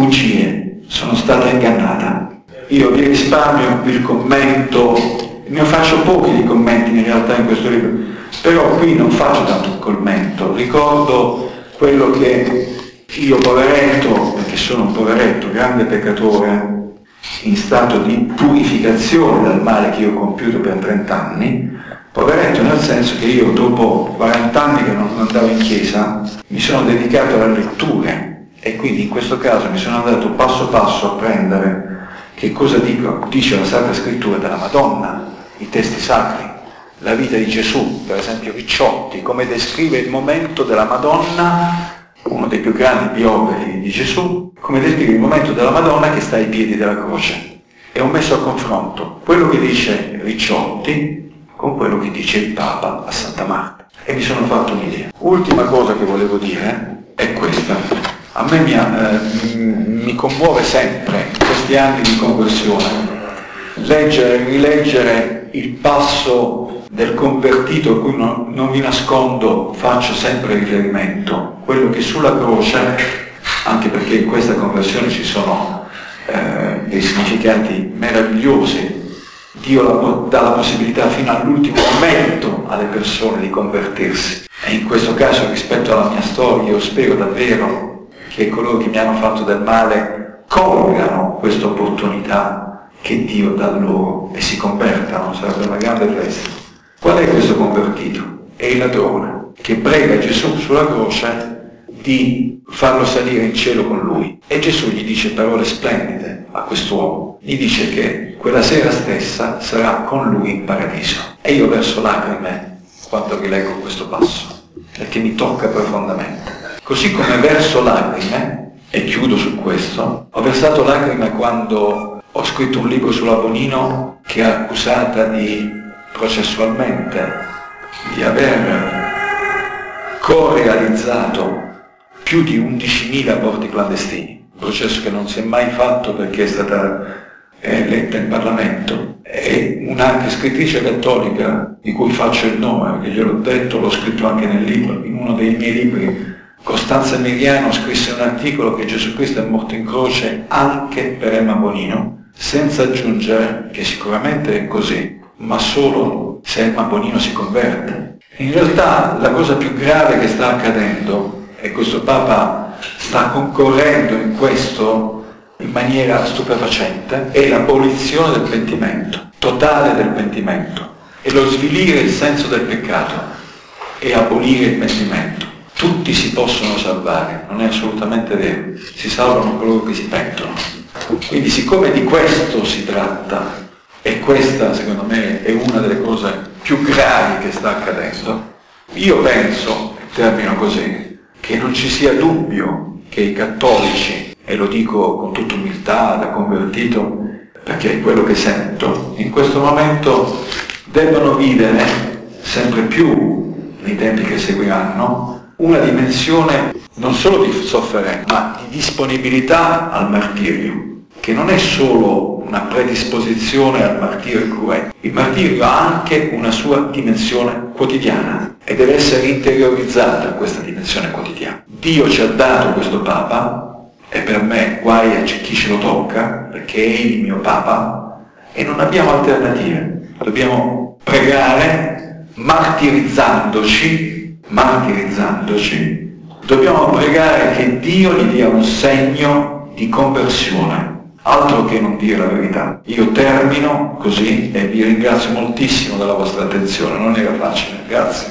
bugie, sono stata ingannata. Io vi risparmio il commento, ne faccio pochi di commenti in realtà in questo libro, però qui non faccio tanto un commento, ricordo quello che io poveretto, perché sono un poveretto, grande peccatore, in stato di purificazione dal male che io ho compiuto per 30 anni, poveretto nel senso che io dopo 40 anni che non andavo in chiesa mi sono dedicato alle letture e quindi in questo caso mi sono andato passo passo a prendere che cosa dice la Sacra Scrittura della Madonna, i testi sacri, la vita di Gesù, per esempio Ricciotti, come descrive il momento della Madonna, uno dei più grandi biografi di Gesù, come descrive il momento della Madonna che sta ai piedi della croce. E ho messo a confronto quello che dice Ricciotti con quello che dice il Papa a Santa Marta. E mi sono fatto un'idea. Ultima cosa che volevo dire è questa. A me mi commuove sempre, in questi anni di conversione, leggere e rileggere il passo del convertito a cui non vi nascondo, faccio sempre riferimento, quello che sulla croce, anche perché in questa conversione ci sono dei significati meravigliosi, Dio dà la possibilità fino all'ultimo momento alle persone di convertirsi. E in questo caso, rispetto alla mia storia, io spero davvero che coloro che mi hanno fatto del male colgano questa opportunità che Dio dà loro e si convertano, sarebbe una grande festa. Qual è questo convertito? È il ladrone che prega Gesù sulla croce di farlo salire in cielo con lui. E Gesù gli dice parole splendide a quest'uomo. Gli dice che quella sera stessa sarà con lui in paradiso. E io verso lacrime quando rileggo questo passo, perché mi tocca profondamente. Così come verso lacrime, e chiudo su questo, ho versato lacrime quando ho scritto un libro sulla Bonino che è accusata processualmente di aver co-realizzato più di 11.000 aborti clandestini, un processo che non si è mai fatto perché è stata eletta in Parlamento. È un'anche scrittrice cattolica di cui faccio il nome, perché gliel'ho detto, l'ho scritto anche nel libro, in uno dei miei libri, Costanza Miriano scrisse un articolo che Gesù Cristo è morto in croce anche per Emma Bonino, senza aggiungere che sicuramente è così, ma solo se Emma Bonino si converte. In realtà la cosa più grave che sta accadendo, e questo Papa sta concorrendo in questo in maniera stupefacente, è l'abolizione del pentimento, totale del pentimento, e lo svilire il senso del peccato e abolire il pentimento. Tutti si possono salvare, non è assolutamente vero, si salvano coloro che si pentono. Quindi siccome di questo si tratta, e questa secondo me è una delle cose più gravi che sta accadendo, io penso, termino così, che non ci sia dubbio che i cattolici, e lo dico con tutta umiltà da convertito, perché è quello che sento, in questo momento debbano vivere sempre più, nei tempi che seguiranno, una dimensione non solo di sofferenza, ma di disponibilità al martirio, che non è solo una predisposizione al martirio cruento. Il martirio ha anche una sua dimensione quotidiana e deve essere interiorizzata questa dimensione quotidiana. Dio ci ha dato questo Papa, e per me guai a chi ce lo tocca, perché è il mio Papa, e non abbiamo alternative. Dobbiamo pregare martirizzandoci, dobbiamo pregare che Dio gli dia un segno di conversione, altro che non dire la verità. Io termino così e vi ringrazio moltissimo della vostra attenzione, non era facile, grazie.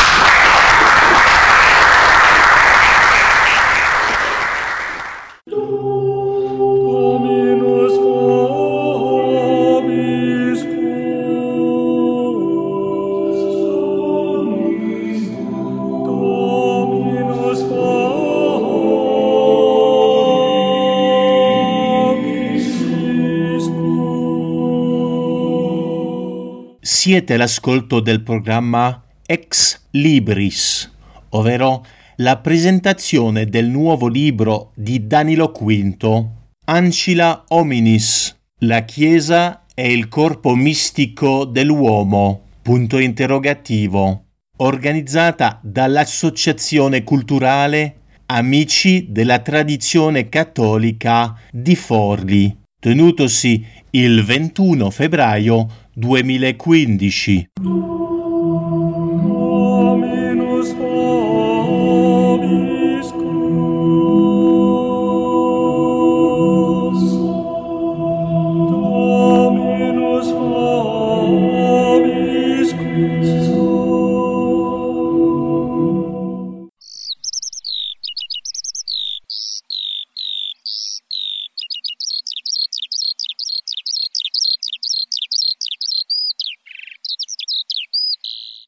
Siete all'ascolto del programma Ex Libris, ovvero la presentazione del nuovo libro di Danilo V, Ancilla Hominis, la Chiesa e il corpo mistico dell'uomo, punto interrogativo, organizzata dall'Associazione Culturale Amici della Tradizione Cattolica di Forli, tenutosi il 21 febbraio 2015.